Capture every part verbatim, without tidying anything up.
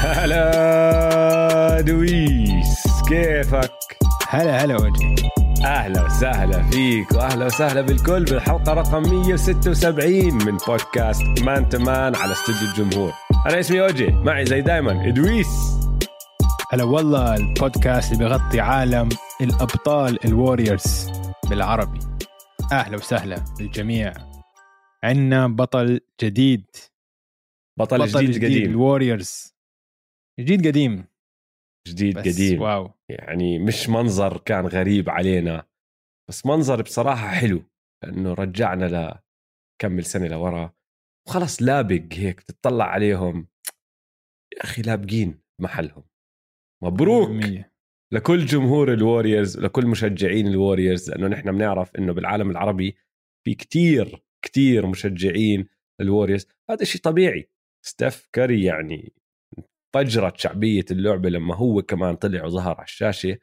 هلا دويس، كيفك؟ هلا هلا وجهي. أهلا وسهلا فيك وأهلا وسهلا بالكل بالحلقة رقم مية وستة وسبعين من بودكاست مان تمان على استوديو الجمهور. أنا اسمي أوجي، معي زي دايما إدويس. هلا والله، البودكاست اللي بيغطي عالم الأبطال الواريورز بالعربي. أهلا وسهلا بالجميع. عنا بطل جديد، بطل, بطل جديد, جديد قديم. الواريورز جديد قديم جديد قديم. واو، يعني مش منظر كان غريب علينا، بس منظر بصراحة حلو، لأنه رجعنا لكمل سنة لورا وخلص لابق هيك تتطلع عليهم يا أخي، لابقين محلهم. مبروك مية. لكل جمهور الواريورز، لكل مشجعين الواريورز، لأنه نحن بنعرف إنه بالعالم العربي في كتير كتير مشجعين الواريورز. هذا شيء طبيعي. ستيف كاري يعني فجرت شعبية اللعبة لما هو كمان طلع وظهر على الشاشة،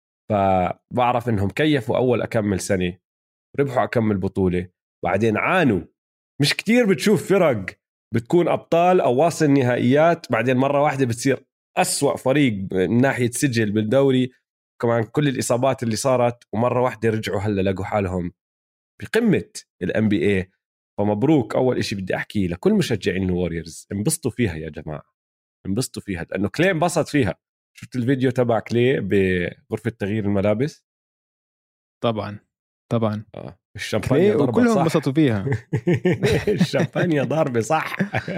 فبعرف إنهم كيفوا أول أكمل سنة، ربحوا أكمل بطولة، بعدين عانوا. مش كتير بتشوف فرق بتكون أبطال أو واصل نهائيات بعدين مرة واحدة بتصير أسوأ فريق من ناحية سجل بالدوري، كمان كل الإصابات اللي صارت، ومرة واحدة رجعوا هلا لقوا حالهم بقمة الام بي اي. فمبروك. أول إشي بدي أحكي لكل مشجعين الواريورز، انبسطوا فيها يا جماعة، انبسطوا فيها، لأنه كلي انبسط فيها. شفت الفيديو تبع كلي بغرفة تغيير الملابس؟ طبعا طبعا آه. الشامبانيا ضربة، وكلهم صح؟ انبسطوا فيها. الشامبانيا ضربة، صح.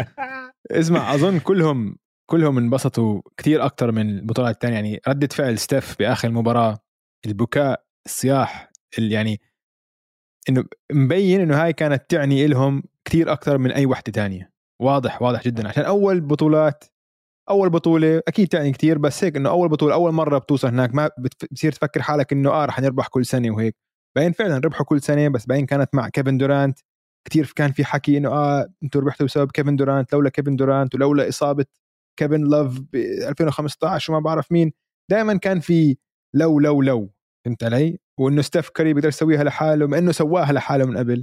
اسمع، أظن كلهم كلهم انبسطوا كتير أكتر من البطولات الثانية. يعني ردة فعل ستيف بآخر المباراة، البكاء، الصياح، يعني إنه مبين إنه هاي كانت تعني لهم كتير أكتر من أي واحدة تانية. واضح واضح جدا، عشان أول بطولات أول بطولة أكيد تعني كتير، بس هيك إنه أول بطولة أول مرة بتوصل هناك، ما بتصير تفكر حالك إنه آه رح نربح كل سنة وهيك. باين فعلا ربحوا كل سنة، بس باين كانت مع كيفن دورانت. كتير كان في حكي إنه آه أنتوا ربحتوا بسبب كيفن دورانت، لولا كيفن دورانت ولولا إصابة كيفن لوف ب ألفين وخمسة عشر وما بعرف مين. دائما كان في لو لو لو فهمت علي؟ وإنه ستيف كاري بيقدر يسويها لحاله، ما إنه سواها لحاله من قبل.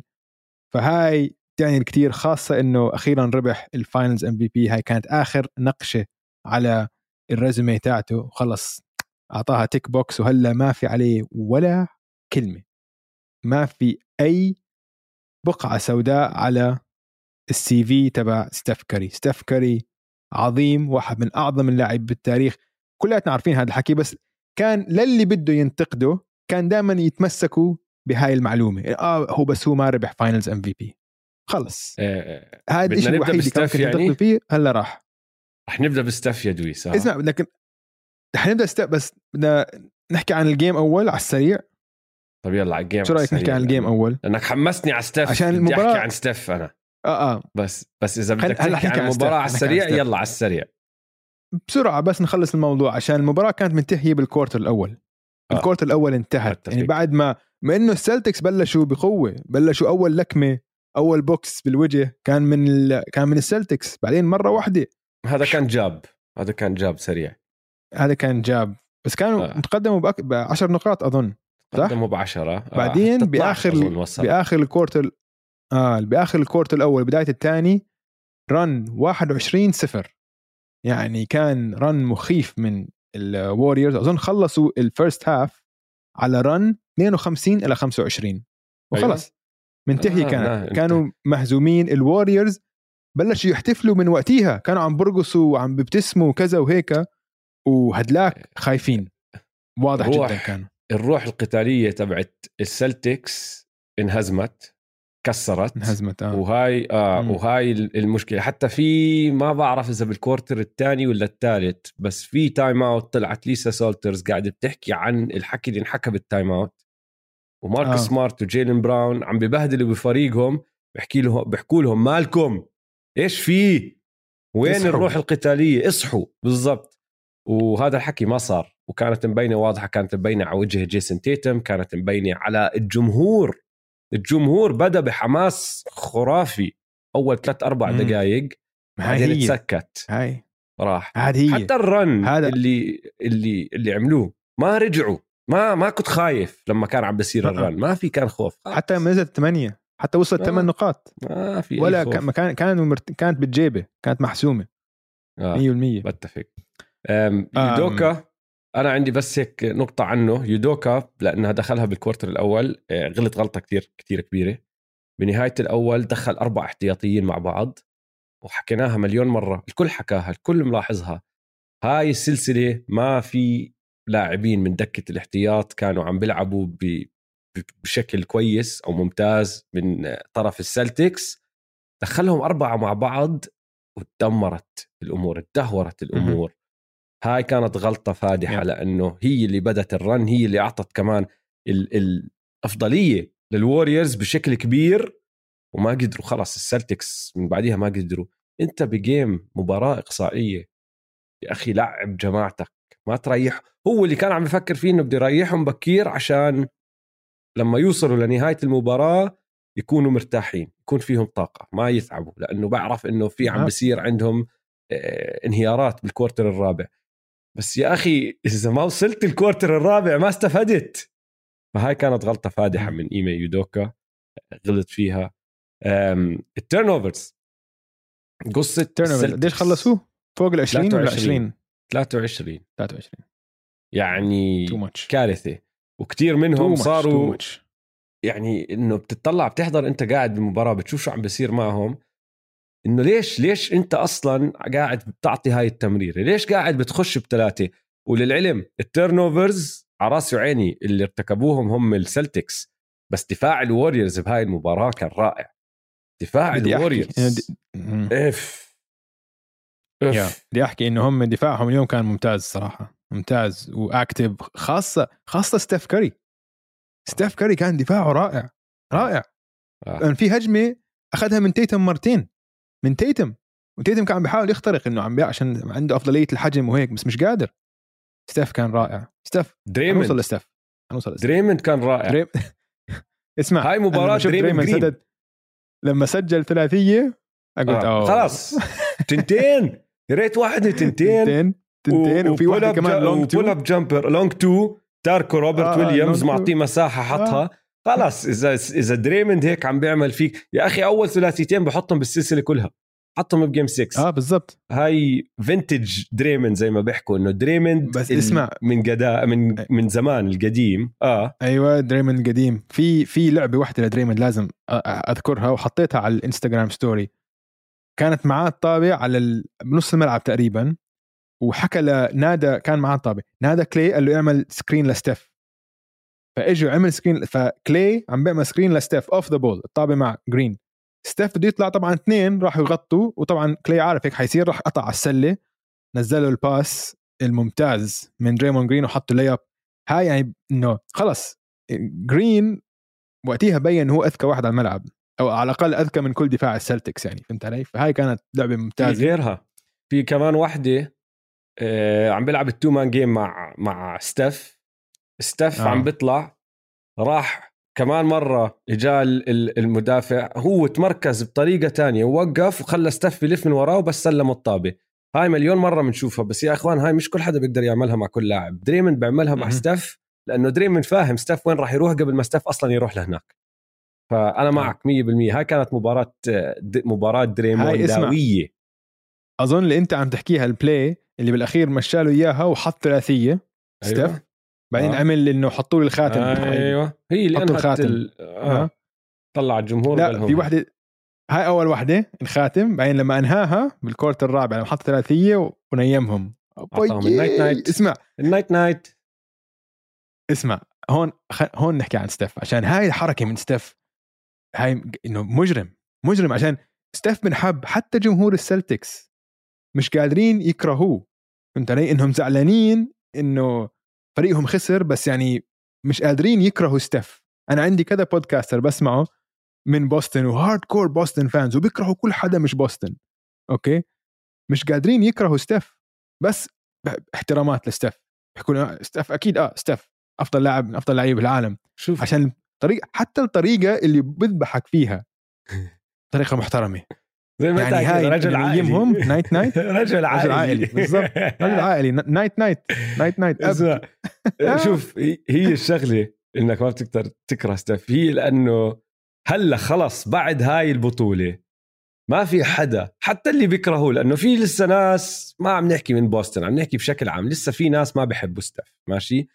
فهاي يعني كتير، خاصة إنه أخيرا ربح الفاينلز ام في بي. هاي كانت آخر نقشة على الرزمة تاعته، خلص أعطاها تيك بوكس، وهلا ما في عليه ولا كلمة، ما في أي بقعة سوداء على السي في تبع ستيف كاري. ستيف كاري عظيم، واحد من أعظم اللاعب بالتاريخ، كلنا عارفين هذا الحكي، بس كان للي بده ينتقده كان دائما يتمسكوا بهاي المعلومة، آه هو بس هو ما ربح فاينلز ام في بي. خلص آه هذا الشيء الوحيد اللي كان ممكن يعني؟ تنتقده فيه. هلا راح رح نبدأ بستيف يا دويس. آه. اسمع، لكن رح نبدأ ستيف، بس بدنا نحكي عن الجيم أول على السريع. طب يلا على الجيم. شو رأيك نحكي عن الجيم أول؟ لأنك حمسني على ستيف، عشان بدي المباراة. أحكي عن ستيف أنا. آه آه بس بس إذا بدك هل... تحكي عن المباراة على السريع، يلا على السريع بسرعة بس نخلص الموضوع، عشان المباراة كانت منتهية بالكورتر الأول. آه. الكورتر الأول انتهت يعني بعد ما ما إنه السلتكس بلشوا بقوة، بلشوا أول لكمة، أول بوكس بالوجه كان من ال... كان من السلتكس، بعدين مرة واحدة هذا كان جاب هذا كان جاب سريع. هذا كان جاب، بس كانوا آه. متقدموا بأك... بعشر نقاط أظن، تقدموا بعشرة. آه. بعدين بآخر بآخر الكورتر آه بآخر الكورتر الأول بداية الثاني رن واحد وعشرين صفر، يعني كان رن مخيف من الواريورز. أظن خلصوا الفيرست هاف على رن اثنين وخمسين إلى خمسة وعشرين وخلص. أيوة. منتهي. آه كانت كانوا مهزومين الواريورز، بلشوا يحتفلوا من وقتها، كانوا عم برقصوا وعم بيبتسموا وكذا وهيك، وهدلاك خايفين واضح جدا. كان الروح القتالية تبعت السلتكس انهزمت، كسرت انهزمت. آه. وهاي آه مم. وهاي المشكلة. حتى في ما بعرف إذا بالكورتر الثاني ولا الثالث، بس في تايم اوت طلعت ليسا سولترز قاعدة بتحكي عن الحكي اللي انحكى بالتايم اوت، ومارك آه. سمارت وجيلين براون عم ببهدلوا بفريقهم، بحكي لهم بحكوا لهم مالكم ايش في، وين اصحوا. الروح القتالية، اصحوا بالضبط. وهذا الحكي ما صار، وكانت مبينة واضحة، كانت مبينة على وجه جيسون تيتم، كانت مبينة على الجمهور. الجمهور بدأ بحماس خرافي أول ثلاث أربع دقائق، بعدين تسكت، هاي راح. هي. حتى الرن هذا. اللي اللي اللي عملوه ما رجعوا، ما ما كنت خايف لما كان عم بيصير الرن، ما في كان خوف خالص. حتى نزلت ثمانية، حتى وصلت ثمان نقاط، ما في ولا كان كان كانت بالجيبة، كانت محسومة. آه. مية بالمية بتفق. يودوكا أنا عندي بس هيك نقطة عنه. يودوكا لأنها دخلها بالكوارتر الأول غلط غلطة كتير كتير كبيرة. بنهاية الأول دخل أربع احتياطيين مع بعض، وحكيناها مليون مرة، الكل حكاها، الكل ملاحظها. هاي السلسلة ما في لاعبين من دكة الاحتياط كانوا عم بيلعبوا بشكل كويس أو ممتاز من طرف السلتكس. دخلهم أربعة مع بعض وتدمرت الأمور، اتدهورت الأمور. م- هاي كانت غلطة فادحة yeah. لأنه هي اللي بدت الرن، هي اللي أعطت كمان الأفضلية للواريورز بشكل كبير، وما قدروا. خلاص السلتكس من بعدها ما قدروا. انت بجيم مباراة إقصائية يا أخي، لعب جماعتك، ما تريح. هو اللي كان عم يفكر فيه إنه بده يريحهم بكير عشان لما يوصلوا لنهاية المباراة يكونوا مرتاحين، يكون فيهم طاقة، ما يتعبوا، لأنه بعرف إنه في عم بيصير عندهم انهيارات بالكوارتر الرابع. بس يا أخي إذا ما وصلت الكوارتر الرابع ما استفدت. فهاي كانت غلطة فادحة من إيمي يودوكا، غلط فيها. التيرن اوفرز، قصة التيرن اوفرز قديش خلصوه؟ فوق ال عشرين ولا عشرين؟ ثلاثة وعشرين ثلاثة وعشرين يعني كارثة. وكتير منهم صاروا يعني إنه بتطلع بتحضر أنت قاعد بالمباراة بتشوف شو عم بيصير معهم، إنه ليش ليش أنت أصلا قاعد بتعطي هاي التمريرة؟ ليش قاعد بتخش بثلاثة؟ وللعلم التيرن اوفرز على راسي وعيني اللي ارتكبوهم هم السلتكس، بس دفاع الواريورز بهاي المباراة كان رائع. دفاع الواريورز اف اف بدي احكي انه هم دفاعهم اليوم كان ممتاز صراحه، ممتاز واكتف، خاصه خاصه ستيف كاري. ستيف كاري كان دفاعه رائع رائع. آه. في هجمه اخذها من تيتم مرتين، من تيتم، وتيتم كان بيحاول يخترق انه عم بيع عشان عنده افضليه الحجم وهيك، بس مش قادر. ستيف كان رائع. ستيف دريموند نوصل لستيف نوصل دريموند كان رائع. دريم... اسمع هاي مباراه دريموند سدد لما سجل ثلاثيه اقول آه. أوه. خلاص تنتين، يا ريت واحده تنتين تنتين تنتين و... وفي واحده كمان لونج تو، بول اب جامبر لونج تو تاركو روبرت آه ويليامز معطيه مساحه حطها. آه. خلاص اذا اذا دريموند هيك عم بيعمل فيك يا اخي، اول ثلاثيتين بحطهم بالسلسله كلها، حطهم بجيم ستة. اه بالضبط. هاي فينتج دريموند زي ما بيحكوا، انه دريموند بس اسمع من قدا من من زمان القديم. اه ايوه دريموند القديم. في في لعبه واحده لدريموند لازم اذكرها وحطيتها على الانستغرام ستوري، كانت معاه الطابه على بنص الملعب تقريبا، وحكى لنادى كان معاه الطابه، نادى كلي قال له اعمل سكرين لستيف، فاجوا عمل سكرين، فكلي عم بيعمل سكرين لستيف اوف ذا بول، الطابه مع جرين، ستيف بده يطلع طبعا اثنين راحوا يغطوا، وطبعا كلي عارف هيك حيصير، راح قطع على السله، نزلوا الباس الممتاز من دريمون جرين وحطوا لي اب. هاي يعني انه خلص جرين وقتها بين هو اذكى واحد على الملعب، او على الاقل اذكى من كل دفاع السلتكس يعني، فهمت علي؟ فهاي كانت لعبه ممتازه. في غيرها في كمان واحده آه عم بيلعب التو مان جيم مع مع ستيف ستيف آه. عم بيطلع، راح كمان مرة إجال المدافع، هو تمركز بطريقة تانية ووقف وخلى ستيف يلف من وراه وبس سلم الطابة. هاي مليون مرة بنشوفها، بس يا أخوان هاي مش كل حدا بيقدر يعملها مع كل لاعب. دريموند بيعملها مع ستيف لأنه دريموند فاهم ستيف وين راح يروح قبل ما ستيف أصلا يروح لهناك. فأنا معك مية بالمية. هاي كانت مباراة مباراة دريمونداوية. أظن اللي أنت عم تحكيها البلاي اللي بالأخير مشاله إياها وحط ثلاثية ستيف. أيوة. بعدين آه. عمل انه حطوا لي الخاتم. ايوه هي اللي انهت ال... آه. طلع الجمهور. لا في واحده، هاي اول واحده الخاتم، بعدين لما انهاها بالكورت الرابع لما حط ثلاثيه ونيمهم اعطاهم النايت نايت. اسمع النايت نايت اسمع هون خ... هون نحكي عن ستيف، عشان هاي الحركه من ستيف هاي انه مجرم مجرم، عشان ستيف بنحب حتى جمهور السلتكس مش قادرين يكرهوه، فهمت علي؟ انهم زعلانين انه فريقهم خسر، بس يعني مش قادرين يكرهوا ستيف. أنا عندي كذا بودكاستر بسمعه من بوسطن وهارد كور بوسطن فانز وبيكرهوا كل حدا مش بوسطن، أوكي؟ مش قادرين يكرهوا ستيف، بس احترامات لستيف، بيحكوا ستيف أكيد آه ستيف أفضل لاعب من أفضل لاعب بالعالم. شوف عشان الطريقة، حتى الطريقة اللي بذبحك فيها طريقة محترمة، زي ما يعني هاي رجل عائلي نايت نايت رجل عائلي, رجل عائلي. بالضبط رجل عائلي نايت نايت نايت نايت شوف هي الشغله انك ما بتقدر تكره ستيف، هي لانه هلا خلص بعد هاي البطوله ما في حدا حتى اللي بيكرهه، لأنه في لسه ناس، ما عم نحكي من بوسطن، عم نحكي بشكل عام، لسه في ناس ما بيحبوا ستيف ماشي،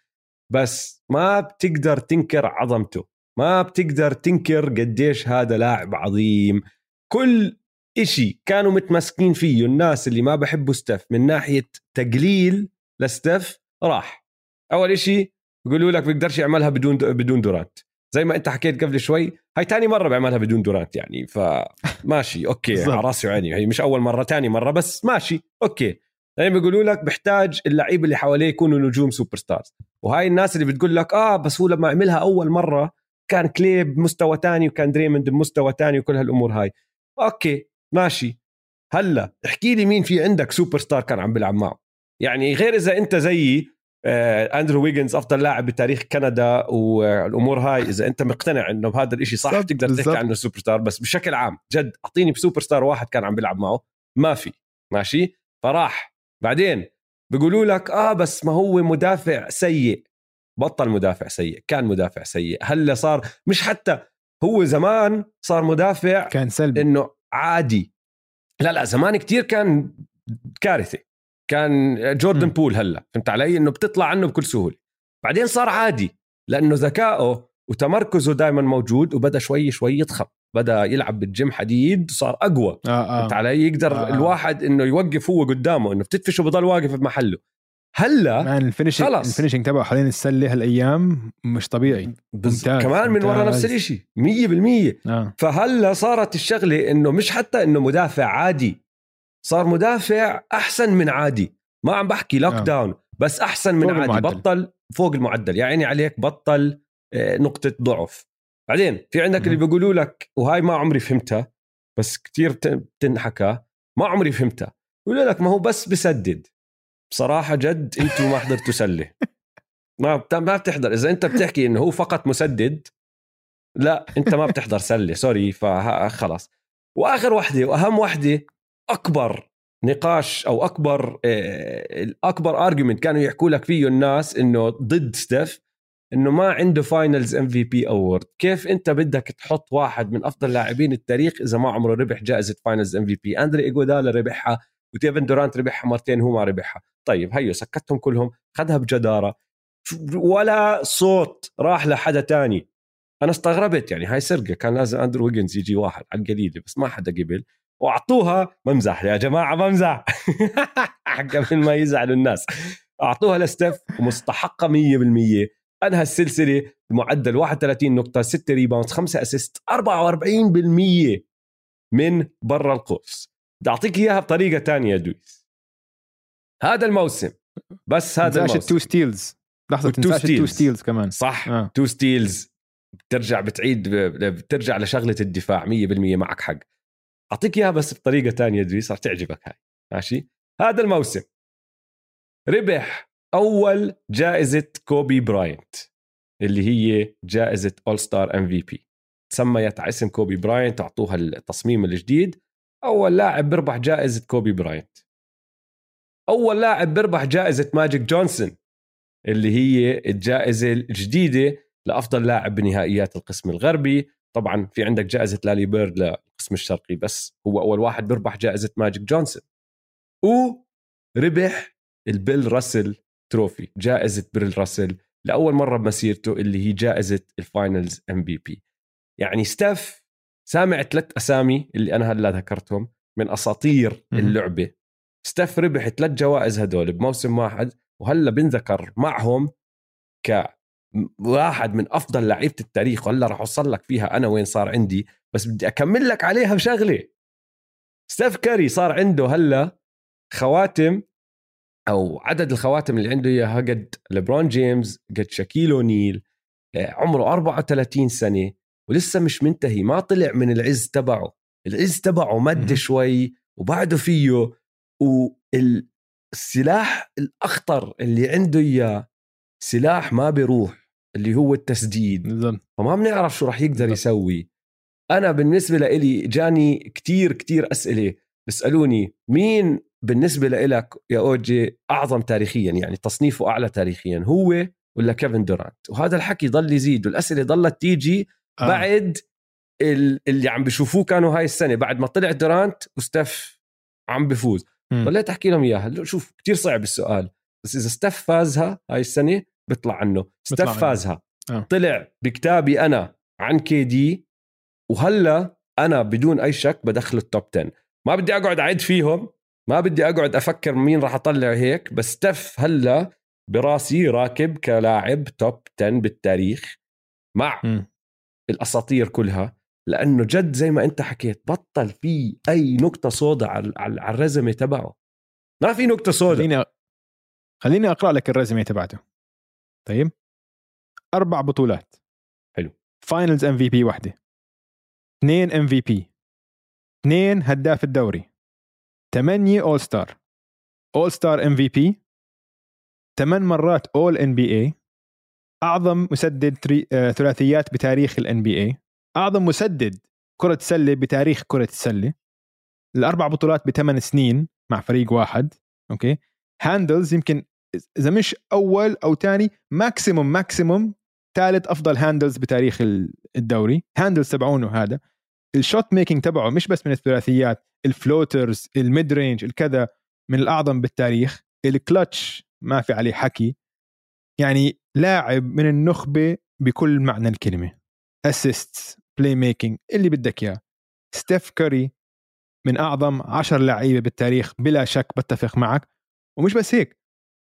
بس ما بتقدر تنكر عظمته، ما بتقدر تنكر قديش هذا لاعب عظيم. كل إشي كانوا متمسكين فيه الناس اللي ما بحبوا ستيف من ناحية تقليل لستيف راح. أول إشي يقولوا لك بيقدرش يعملها بدون بدون دورانت، زي ما أنت حكيت قبل شوي، هاي تاني مرة بعملها بدون دورانت يعني، فماشي أوكي على راسي وعيني، هي مش أول مرة تاني مرة، بس ماشي أوكي. يعني بيقولوا لك بيحتاج اللعيبة اللي حواليه يكونوا نجوم سوبر ستارز، وهاي الناس اللي بتقول لك آه بس هو لما عملها أول مرة كان كلي بمستوى تاني وكان دريموند بمستوى تاني وكل هالأمور هاي، أوكي ماشي. هلا احكي لي مين في عندك سوبر ستار كان عم بيلعب معه، يعني غير إذا أنت زي آه أندرو ويجنز أفضل لاعب بتاريخ كندا والأمور هاي، إذا أنت مقتنع إنه بهذا الإشي صح تقدر تحكي عنه سوبر ستار، بس بشكل عام جد أعطيني بسوبر ستار واحد كان عم بيلعب معه، ما في. ماشي فراح. بعدين بيقولوا لك آه بس ما هو مدافع سيء، بطل مدافع سيء، كان مدافع سيء. هلا صار مش حتى هو زمان صار مدافع كان سلبي، إنه عادي. لا لا زمان كتير كان كارثة، كان جوردن م. بول. هلا فهمت علي إنه بتطلع عنه بكل سهولة. بعدين صار عادي لأنه ذكائه وتمركزه دائما موجود، وبدأ شوي شوي يضخم، بدأ يلعب بالجيم حديد، صار أقوى. آه آه. فهمت علي؟ يقدر آه آه. الواحد إنه يوقف هو قدامه، إنه بتدفشه بضل واقف بمحله. هلا الفينيشنج الفينيشنج تبعه حاليا السله هالايام مش طبيعي، ممتاز كمان من ورا نفس الاشي مية بالمية. آه. فهلا صارت الشغله انه مش حتى انه مدافع عادي، صار مدافع احسن من عادي. ما عم بحكي لوك آه. داون، بس احسن من عادي المعدل. بطل فوق المعدل، يعني عليك بطل آه نقطه ضعف. بعدين في عندك م- اللي بيقولوا لك، وهاي ما عمري فهمتها بس كتير تنحكى، ما عمري فهمتها، يقول لك ما هو بس بسدد. بصراحة جد انتوا ما حضرتوا سلة، ما ما بتحضر. إذا أنت بتحكي إنه هو فقط مسدد، لا أنت ما بتحضر سلة، سوري. فخلص. وآخر واحدة وأهم واحدة، أكبر نقاش أو أكبر أكبر أرجومنت كانوا يحكوا لك فيه الناس إنه ضد ستيف، إنه ما عنده فاينلز إم في بي أورد. كيف أنت بدك تحط واحد من أفضل لاعبين التاريخ إذا ما عمره ربح جائزة فاينلز إم في بي؟ أندري إيغودالا ربحها، وتيفن دورانت ربحها مرتين، هو ما ربحها. طيب هيو سكتهم كلهم، خدها بجدارة، ولا صوت راح لحدا تاني. أنا استغربت يعني، هاي سرقة، كان لازم أندرو ويجنز يجي واحد على القليلة، بس ما حدا قبل. وأعطوها، ممزح يا جماعة ممزح قبل ما يزعلوا الناس، أعطوها لستيف ومستحقة مية بالمية. أنهى السلسلة بمعدل واحد وثلاثين نقطة، ستة ريباوند، خمسة أسيست، أربعة وأربعين بالمية من برا القوس. بدي أعطيك إياها بطريقة تانية يا دويس. هذا الموسم، بس هذا الموسم تو ستيلز، لحظة تنساش تو ستيلز كمان، صح آه. تو ستيلز بترجع بتعيد بترجع لشغلة الدفاع. مية بالمية معك حق. أعطيك إياها بس بطريقة تانية دويس، رح تعجبك هاي. ماشي. هذا الموسم ربح أول جائزة كوبي براينت، اللي هي جائزة أول ستار إم في بي، تسميت على اسم كوبي براينت، أعطوها التصميم الجديد. أول لاعب بربح جائزة كوبي براينت. أول لاعب بربح جائزة ماجيك جونسون، اللي هي الجائزة الجديدة لأفضل لاعب بنهائيات القسم الغربي. طبعا في عندك جائزة لالي بيرد للقسم الشرقي، بس هو أول واحد بربح جائزة ماجيك جونسون. وربح البيل راسل تروفي، جائزة بيل راسل لأول مرة بمسيرته، اللي هي جائزة الفاينلز ام بي بي. يعني ستيف سامع ثلاث أسامي اللي أنا هلا ذكرتهم من أساطير اللعبة. ستيف ربح ثلاث جوائز هدول بموسم واحد، وهلا بنذكر معهم كواحد من أفضل لعيبة التاريخ. وهلا رح أوصل لك فيها أنا وين صار عندي، بس بدي أكمل لك عليها بشغلة. ستيف كاري صار عنده هلا خواتم، أو عدد الخواتم اللي عنده إياها قد ليبرون جيمس، قد شاكيل أونيل. عمره أربعة وثلاثين سنة ولسه مش منتهي، ما طلع من العز تبعه. العز تبعه مد شوي وبعده فيه. والسلاح الأخطر اللي عنده إياه سلاح ما بيروح، اللي هو التسديد. فما بنعرف شو رح يقدر يسوي. أنا بالنسبة لإلي جاني كتير كتير أسئلة بسألوني مين بالنسبة لإلك يا أوجي أعظم تاريخيا، يعني تصنيفه أعلى تاريخيا، هو ولا كيفن دورانت؟ وهذا الحكي ضل يزيد والأسئلة ضلت تيجي آه. بعد اللي عم بيشوفوه كانوا هاي السنة بعد ما طلع دورانت وستيف عم بيفوز. ضليت أحكي لهم إياها، شوف كتير صعب السؤال، بس إذا ستيف فازها هاي السنة بيطلع عنه. ستيف فازها آه. طلع بكتابي أنا عن كي دي، وهلا أنا بدون أي شك بدخل التوب عشرة. ما بدي أقعد أعد فيهم، ما بدي أقعد أفكر مين راح أطلع هيك، بس ستيف هلا براسي راكب كلاعب توب عشرة بالتاريخ مع م. الأساطير كلها، لأنه جد زي ما أنت حكيت بطل في أي نقطة سودة على على الرزمة تبعه، ما في نقطة سودة. خليني خليني أقرأ لك الرزمة تبعته. طيب، أربع بطولات، حلو، فاينلز ام في بي واحدة، اثنين ام في بي، اثنين هداف الدوري، ثمانية اول ستار، اول ستار ام في بي، ثمان مرات اول ان بي اي، اعظم مسدد تري... آه... ثلاثيات بتاريخ الان بي اي، اعظم مسدد كرة سلة بتاريخ كرة السلة، الاربع بطولات بثمان سنين مع فريق واحد. اوكي، هاندلز يمكن اذا مش اول او ثاني، ماكسيموم ماكسيموم ثالث افضل هاندلز بتاريخ الدوري. هاندلز تبعونه هذا، الشوت ميكينج تبعه مش بس من الثلاثيات، الفلوترز، الميد رينج، الكذا، من الاعظم بالتاريخ. الكلتش ما في عليه حكي، يعني لاعب من النخبة بكل معنى الكلمة. اسيست، بلاي ميكينج، اللي بدك اياه. ستيف كوري من اعظم عشر لعيبة بالتاريخ بلا شك، بتفق معك. ومش بس هيك،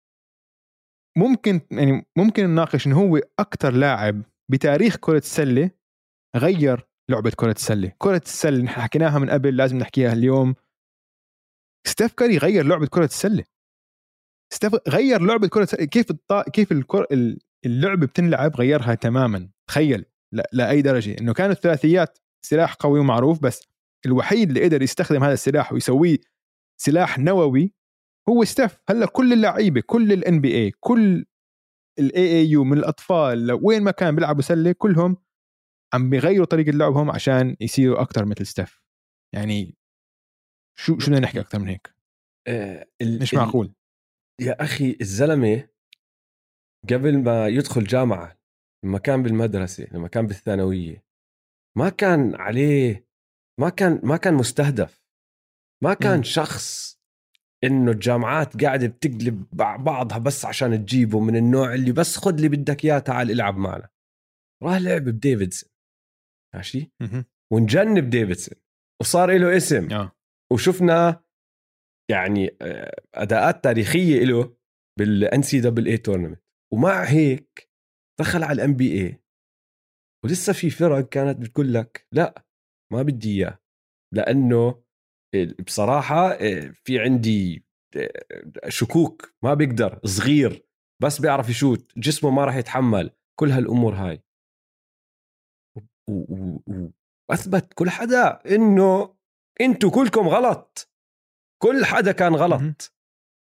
ممكن يعني ممكن نناقش انه هو اكثر لاعب بتاريخ كرة السلة غير لعبة كرة السلة. كرة السلة نحن حكيناها من قبل، لازم نحكيها اليوم. ستيف كاري غير لعبة كرة السلة. ستيف غير لعبة كرة السلة. كيف الط... كيف الكر... اللعبة بتنلعب غيرها تماما. تخيل لا... لأي درجة إنه كانت الثلاثيات سلاح قوي ومعروف، بس الوحيد اللي قدر يستخدم هذا السلاح ويسويه سلاح نووي هو ستيف. هلا كل اللعيبة، كل ال إن بي إيه، كل ال إيه إيه يو، من الأطفال وين ما كان بيلعبوا سلة، كلهم عم بيغيروا طريقة لعبهم عشان يصيروا أكتر مثل ستيف. يعني شو شو بدنا نحكي أكتر من هيك؟ آه مش معقول يا أخي. الزلمة قبل ما يدخل جامعة، لما كان بالمدرسة، لما كان بالثانوية، ما كان عليه، ما كان ما كان مستهدف، ما كان م. شخص إنه الجامعات قاعدة بتقلب بعضها بس عشان تجيبه، من النوع اللي بس خد اللي بدك إياه تعال العب معنا. راح لعب بديفيدسون، ماشي، ونجنب ديفيدسون وصار له اسم آه. وشفنا يعني أداءات تاريخية له بالان سي دبل اي تورنمنت. ومع هيك دخل على الام بي اي، ولسه في فرق كانت بتقول لك لا ما بدي اياه، لانه بصراحة في عندي شكوك، ما بيقدر، صغير بس بيعرف يشوت، جسمه ما راح يتحمل كل هالامور هاي. واثبت كل حدا انه انتوا كلكم غلط، كل حدا كان غلط.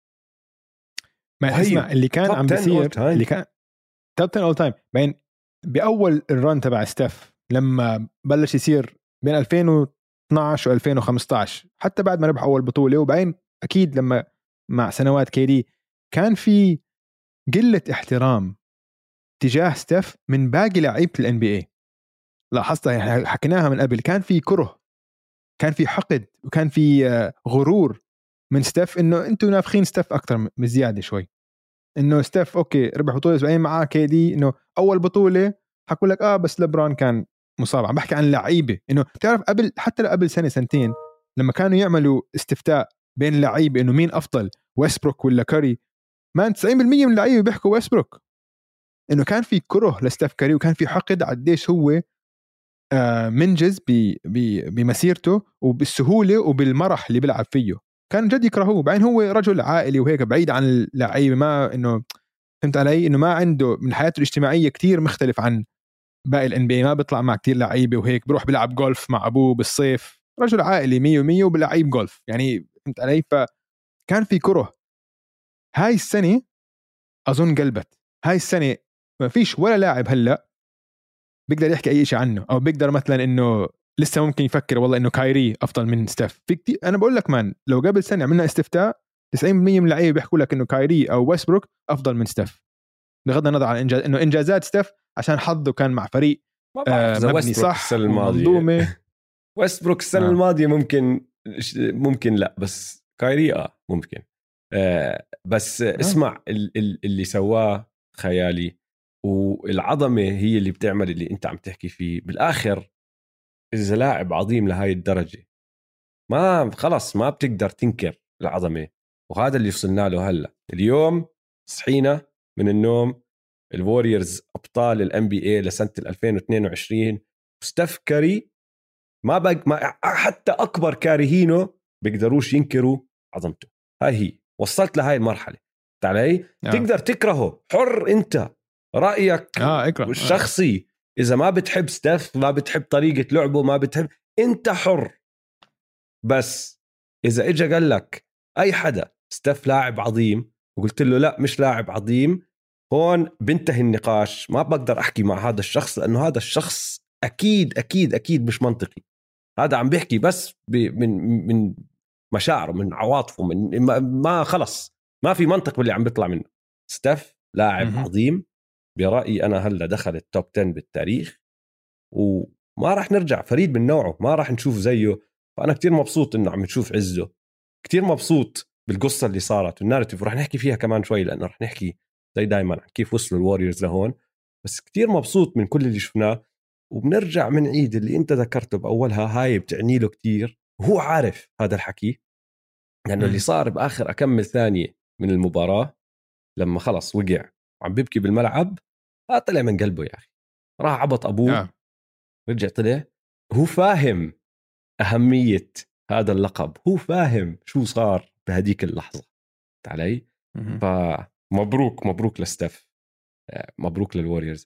ما اسمع اللي كان عم بيصير، اللي كان توب عشرة اول تايم. بين باول الرن تبع ستيف لما بلش يصير بين ألفين واثناشر و ألفين وخمسطعش، حتى بعد ما ربح اول بطوله، وبعدين اكيد لما مع سنوات كيدي كان في قله احترام تجاه ستيف من باقي لعيبه الان بي اي. لاحظتها، يعني حكيناها من قبل، كان في كره، كان في حقد، وكان في غرور من ستيف انه انتم نافخين ستيف اكثر بزياده شوي. انه ستيف اوكي ربح بطوله اسبوعين معاه كيدي، انه اول بطوله حكوا لك اه بس لبران كان مصاب. عم بحكي عن لعيبه، انه بتعرف قبل، حتى قبل سنه سنتين لما كانوا يعملوا استفتاء بين اللعيبه انه مين افضل، ويستبروك ولا كاري، ما تسعين بالمية من اللعيبه بيحكوا ويستبروك. انه كان في كره لستيف كاري، وكان في حقد قديش هو آه منجز بمسيرته وبالسهوله وبالمرح اللي بيلعب فيه. كان جد يكرهوه. بعدين هو رجل عائلي وهيك بعيد عن اللعيبه، ما انه فهمت علي، انه ما عنده من حياته الاجتماعيه كتير مختلف عن باقي الان بي، ما بيطلع مع كتير لعيبه وهيك، بروح بيلعب جولف مع ابوه بالصيف. رجل عائلي مية ومية وبلعيب جولف، يعني فهمت علي. فكان في كره. هاي السنه اظن قلبت. هاي السنه ما فيش ولا لاعب هلا بيقدر يحكي اي شيء عنه، او بيقدر مثلا انه لسه ممكن يفكر والله انه كايري افضل من ستيف. في كتير، انا بقول لك مان، لو قبل سنه عملنا استفتاء تسعين بالمية من اللعيبه بيحكوا لك انه كايري او ويستبروك افضل من ستيف، بغض النظر عن إنجاز، انه انجازات ستيف عشان حظه كان مع فريق آه مبني صح السنة الماضية ويستبروك السنة آه. الماضية ممكن ممكن لا، بس كايري اه ممكن آه بس آه. اسمع اللي سواه خيالي، والعظمة هي اللي بتعمل اللي انت عم تحكي فيه بالآخر. إذا لاعب عظيم لهاي الدرجة ما خلص ما بتقدر تنكر العظمة، وهذا اللي وصلنا له هلا. اليوم صحينا من النوم الواريورز أبطال الام بي اي لسنة ألفين واثنين وعشرين، ستيف كاري ما بق ما حتى أكبر كارهينه بيقدروش ينكروا عظمته. هاي هي وصلت لهاي المرحلة تعالي آه. تقدر تكرهه حر انت رأيك آه اكره الشخصي آه. إذا ما بتحب ستيف ما بتحب طريقة لعبه ما بتحب انت حر، بس إذا إجا قال لك أي حدا ستيف لاعب عظيم وقلت له لا مش لاعب عظيم، هون بنتهي النقاش. ما بقدر أحكي مع هذا الشخص لأنه هذا الشخص أكيد أكيد أكيد مش منطقي. هذا عم بيحكي بس من من مشاعره من عواطفه من ما خلص ما في منطق باللي عم بيطلع منه. ستيف لاعب م- عظيم برأيي أنا، هلا دخل التوب عشرة بالتاريخ وما راح نرجع فريد من نوعه، ما راح نشوف زيه. فأنا كتير مبسوط إنه عم نشوف عزه، كتير مبسوط بالقصة اللي صارت والناريتيف، ورح نحكي فيها كمان شوي لأنه رح نحكي زي دايما كيف وصلوا الواريورز لهون. بس كتير مبسوط من كل اللي شفناه، وبنرجع من عيد اللي انت ذكرته بأولها هاي بتعني له كتير، وهو عارف هذا الحكي لأنه اللي صار بآخر أكمل ثانية من المباراة لما خلص وقع وعم بيبكي بالملعب، لا طلع من قلبه يا أخي، راح عبط أبوه آه. رجع طلع هو فاهم أهمية هذا اللقب، هو فاهم شو صار بهديك اللحظة علي. فمبروك مبروك لستيف، مبروك للواريورز.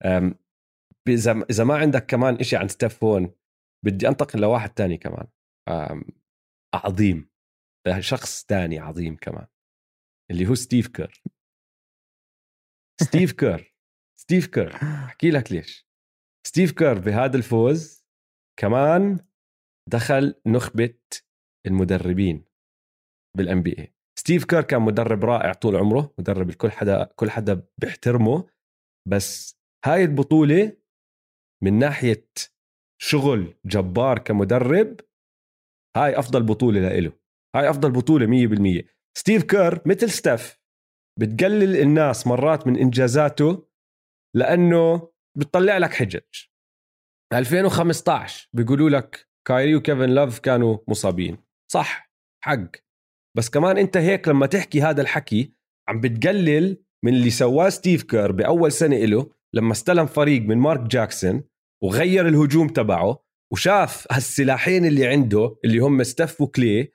إذا إذا ما عندك كمان إشي عن ستيف هون بدي أنتقل لواحد تاني كمان عظيم، شخص تاني عظيم كمان اللي هو ستيف كير. ستيف كير ستيف كير أحكي لك ليش. ستيف كير بهذا الفوز كمان دخل نخبة المدربين بالان بي اي. ستيف كير كان مدرب رائع طول عمره، مدرب الكل حدا كل حدا بيحترمه، بس هاي البطولة من ناحية شغل جبار كمدرب هاي أفضل بطولة لإله، هاي أفضل بطولة مية بالمية. ستيف كير مثل ستيف بتقلل الناس مرات من إنجازاته لأنه بتطلع لك حجج. ألفين وخمسة عشر بيقولوا لك كايري وكيفن لوف كانوا مصابين، صح حق، بس كمان انت هيك لما تحكي هذا الحكي عم بتقلل من اللي سواه ستيف كير بأول سنة إله لما استلم فريق من مارك جاكسون وغير الهجوم تبعه وشاف هالسلاحين اللي عنده اللي هم ستيف وكلي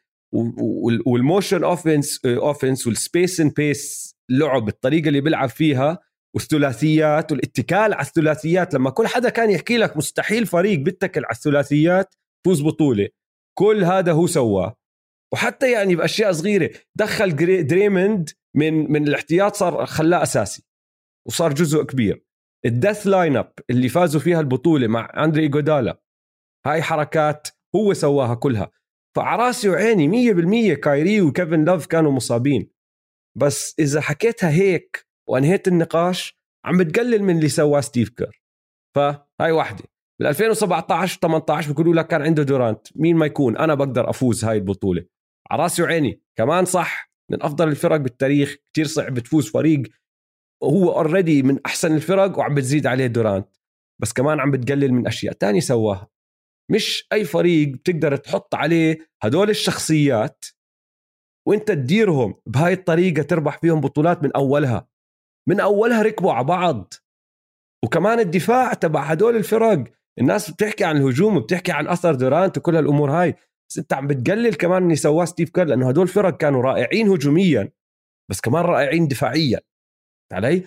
والموشن اوفنس اوفنس والسبيس اند بيس لعب الطريقة اللي بيلعب فيها والثلاثيات والاتكال على الثلاثيات. لما كل حدا كان يحكي لك مستحيل فريق بيتكل على الثلاثيات فوز بطولة، كل هذا هو سواه. وحتى يعني بأشياء صغيرة دخل دريموند من من الاحتياط صار خلاه أساسي وصار جزء كبير. الدث لاين اب اللي فازوا فيها البطولة مع أندري إيغودالا هاي حركات هو سواها كلها. فعراسي وعيني مية بالمية كايري وكيفن لوف كانوا مصابين، بس إذا حكيتها هيك وأنهيت النقاش عم بتقلل من اللي سواه ستيف كير. فهاي واحدة. بال ألفين وسبعة عشر ثمانية عشر بيقولوا لك كان عنده دورانت، مين ما يكون أنا بقدر أفوز هاي البطولة. عراسي وعيني كمان صح، من أفضل الفرق بالتاريخ، كتير صعب تفوز فريق هو أوريدي من أحسن الفرق وعم بتزيد عليه دورانت، بس كمان عم بتقلل من أشياء تانية سواها. مش أي فريق بتقدر تحط عليه هدول الشخصيات وانت تديرهم بهاي الطريقة تربح فيهم بطولات من أولها من أولها ركبوا على بعض. وكمان الدفاع تبع هدول الفرق، الناس بتحكي عن الهجوم وبتحكي عن أثر دورانت وكل هالأمور هاي، بس انت عم بتقلل كمان اللي سواه ستيف كير، لأنه هدول الفرق كانوا رائعين هجوميا بس كمان رائعين دفاعيا علي.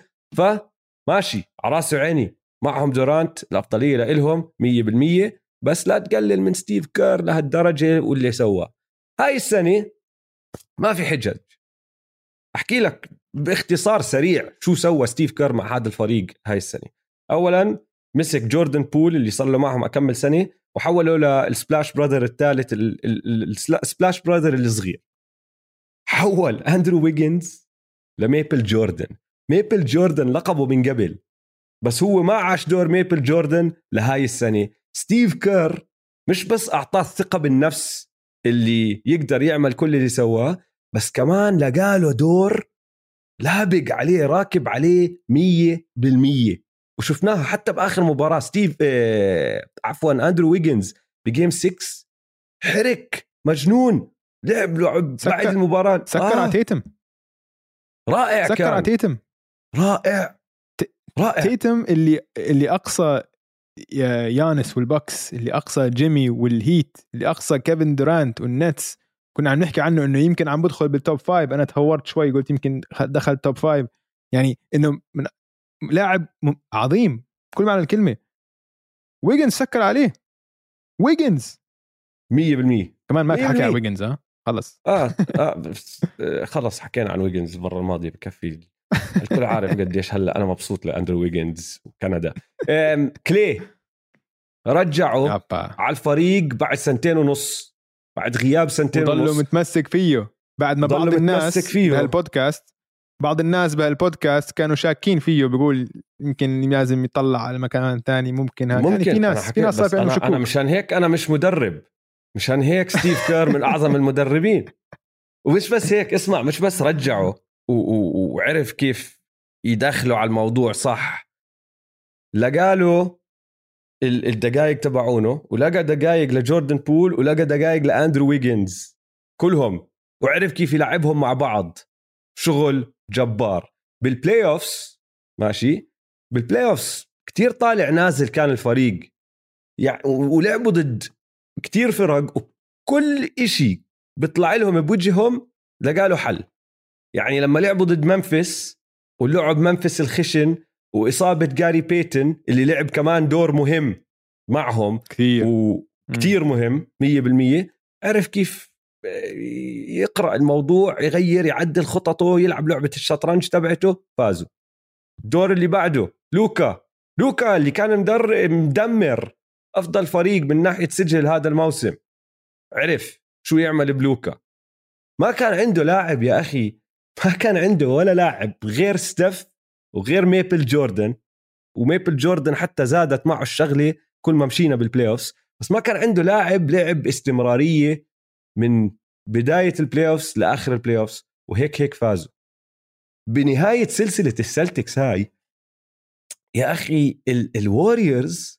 فماشي عراسي وعيني معهم دورانت الأفضلية لإلهم مية بالمية، بس لا تقلل من ستيف كير لهالدرجة واللي سواه. هاي السنة ما في حجج. أحكي لك باختصار سريع شو سوى ستيف كير مع هذا الفريق هاي السنة. أولا مسك جوردن بول اللي صار له معهم أكمل سنة وحوله للسبلاش برادر الثالث، السبلاش برادر الصغير. حول أندرو ويجنز لميبل جوردن. ميبل جوردن لقبه من قبل، بس هو ما عاش دور ميبل جوردن لهاي السنة. ستيف كير مش بس أعطاه الثقة بالنفس اللي يقدر يعمل كل اللي سواه، بس كمان لقاله دور لابق عليه راكب عليه مية بالمية. وشفناها حتى بآخر مباراة ستيف آه عفوا أندرو ويجنز بجيم ستة حرك مجنون، لعب لعب بعد المباراة سكر آه. على تيتم رائع، سكر كان على تيتم رائع رائع. تيتم اللي اللي أقصى يانس والبكس، اللي أقصى جيمي والهيت، اللي أقصى كيفن دورانت والنتس. كنا عم نحكي عنه إنه يمكن عم بدخل بالتوب فايف، أنا تهورت شوي قلت يمكن دخل توب فايف. يعني إنه من لاعب عظيم كل معنى الكلمة. ويجنز سكر عليه، ويجنز مية بالمية كمان ما تحكي على ويجنز. ها خلص آه, آه خلص حكينا عن ويجنز المرة الماضية، بكفي. الكل عارف قديش هلا أنا مبسوط لأندرو ويجنز وكندا. كلي رجعوا أبا. على الفريق بعد سنتين ونص، بعد غياب سنتين ونص، وضلوا متمسك فيه بعد ما بعض الناس فيه. بهالبودكاست بعض الناس بهالبودكاست كانوا شاكين فيه، بيقول يمكن لازم يطلع على مكان تاني. ممكن هذا يعني في ناس في ناس صار أنا, أنا مشان هيك أنا مش مدرب، مشان هيك ستيف كير من أعظم المدربين. ومش بس هيك، اسمع، مش بس رجعوا وعرف كيف يدخلوا على الموضوع صح، لقاله الدقائق تبعونه، ولقى دقائق لجوردن بول، ولقى دقائق لأندرو ويجنز كلهم، وعرف كيف يلعبهم مع بعض. شغل جبار بالبلاي أوفس. ماشي بالبلاي أوفس كتير طالع نازل كان الفريق يعني، ولعبوا ضد كتير فرق، وكل إشي بيطلع لهم بوجههم لقالوا حل. يعني لما لعبوا ضد منفس ولعب منفس الخشن وإصابة جاري بيتن اللي لعب كمان دور مهم معهم كثير وكتير مهم مية بالمية، عرف كيف يقرأ الموضوع، يغير، يعدل خططه، يلعب لعبة الشطرنج تبعته، فازوا. الدور اللي بعده لوكا لوكا اللي كان مدر مدمر أفضل فريق من ناحية سجل هذا الموسم، عرف شو يعمل بلوكا. ما كان عنده لاعب يا أخي، ما كان عنده ولا لاعب غير ستيف وغير ميبل جوردن. وميبل جوردن حتى زادت معه الشغلة كل ما مشينا بالبلاي أوفس، بس ما كان عنده لاعب لعب استمرارية من بداية البلاي أوفس لآخر البلاي أوفس، وهيك هيك فازوا بنهاية سلسلة السلتكس هاي. يا أخي الواريورز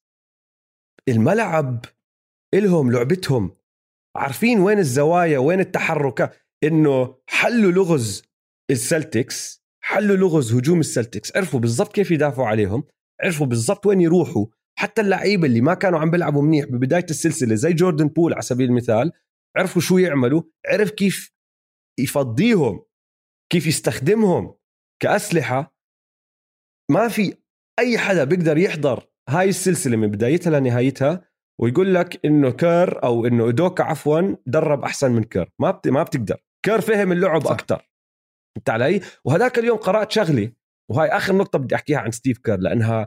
الملعب إلهم لعبتهم، عارفين وين الزوايا وين التحركات، إنه حلوا لغز السلتكس، حلوا لغز هجوم السلتكس، عرفوا بالضبط كيف يدافعوا عليهم، عرفوا بالضبط وين يروحوا. حتى اللعيبة اللي ما كانوا عم بيلعبوا منيح ببداية السلسلة زي جوردن بول على سبيل المثال، عرفوا شو يعملوا، عرف كيف يفضيهم، كيف يستخدمهم كأسلحة. ما في أي حدا بيقدر يحضر هاي السلسلة من بدايتها لنهايتها ويقول لك إنه كير أو إنه دوكا عفوا درب أحسن من كير. ما بت... ما بتقدر. كير فهم اللعب صح. أكتر. انت علي. وهذاك اليوم قرأت شغلة، وهاي آخر نقطة بدي أحكيها عن ستيف كير، لأنها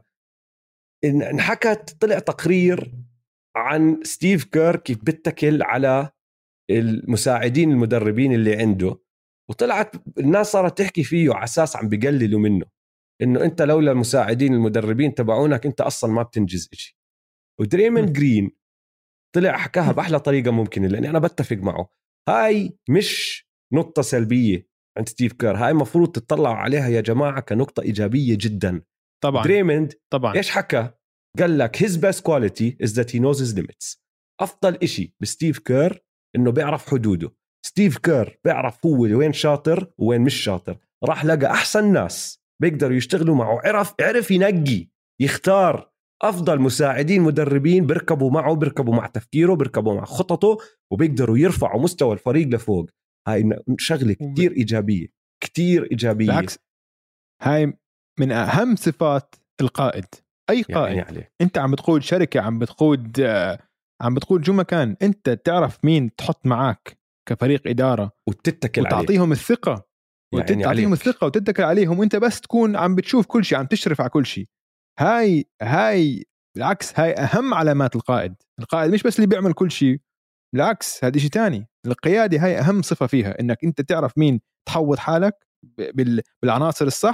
انحكت، طلع تقرير عن ستيف كير كيف بتكل على المساعدين المدربين اللي عنده، وطلعت الناس صارت تحكي فيه على أساس عم بيقللوا منه، إنه أنت لولا المساعدين المدربين تبعونك أنت أصلا ما بتنجز إشي. ودريمن جرين طلع حكاها بأحلى طريقة ممكنة، لأني أنا بتفق معه. هاي مش نقطة سلبية عند ستيف كير، هاي مفروض تطلعوا عليها يا جماعة كنقطة إيجابية جدا. طبعا دريمند طبعا إيش حكى؟ قال لك his best quality is that he knows his limits. أفضل إشي بستيف كير إنه بيعرف حدوده. ستيف كير بيعرف هو وين شاطر وين مش شاطر، راح لقى أحسن ناس بيقدروا يشتغلوا معه، عرف عرف ينقي، يختار أفضل مساعدين مدربين بيركبوا معه، بيركبوا مع تفكيره، بيركبوا مع خططه، وبيقدروا يرفعوا مستوى الفريق لفوق. هاي شغلة كتير إيجابية، كتير إيجابية. بالعكس هاي من أهم صفات القائد. أي قائد يعني أنت عم بتقود شركة، عم بتقود عم بتقود جو مكان، أنت تعرف مين تحط معك كفريق إدارة وتتكل وتعطيهم عليه. الثقة يعني وتعطيهم الثقة وتتكل عليهم، وأنت بس تكون عم بتشوف كل شيء، عم تشرف على كل شيء. هاي هاي بالعكس هاي أهم علامات القائد. القائد مش بس اللي بيعمل كل شيء، بالعكس هذا شيء تاني. القيادة هاي أهم صفة فيها، إنك أنت تعرف مين تحوط حالك بالعناصر الصح،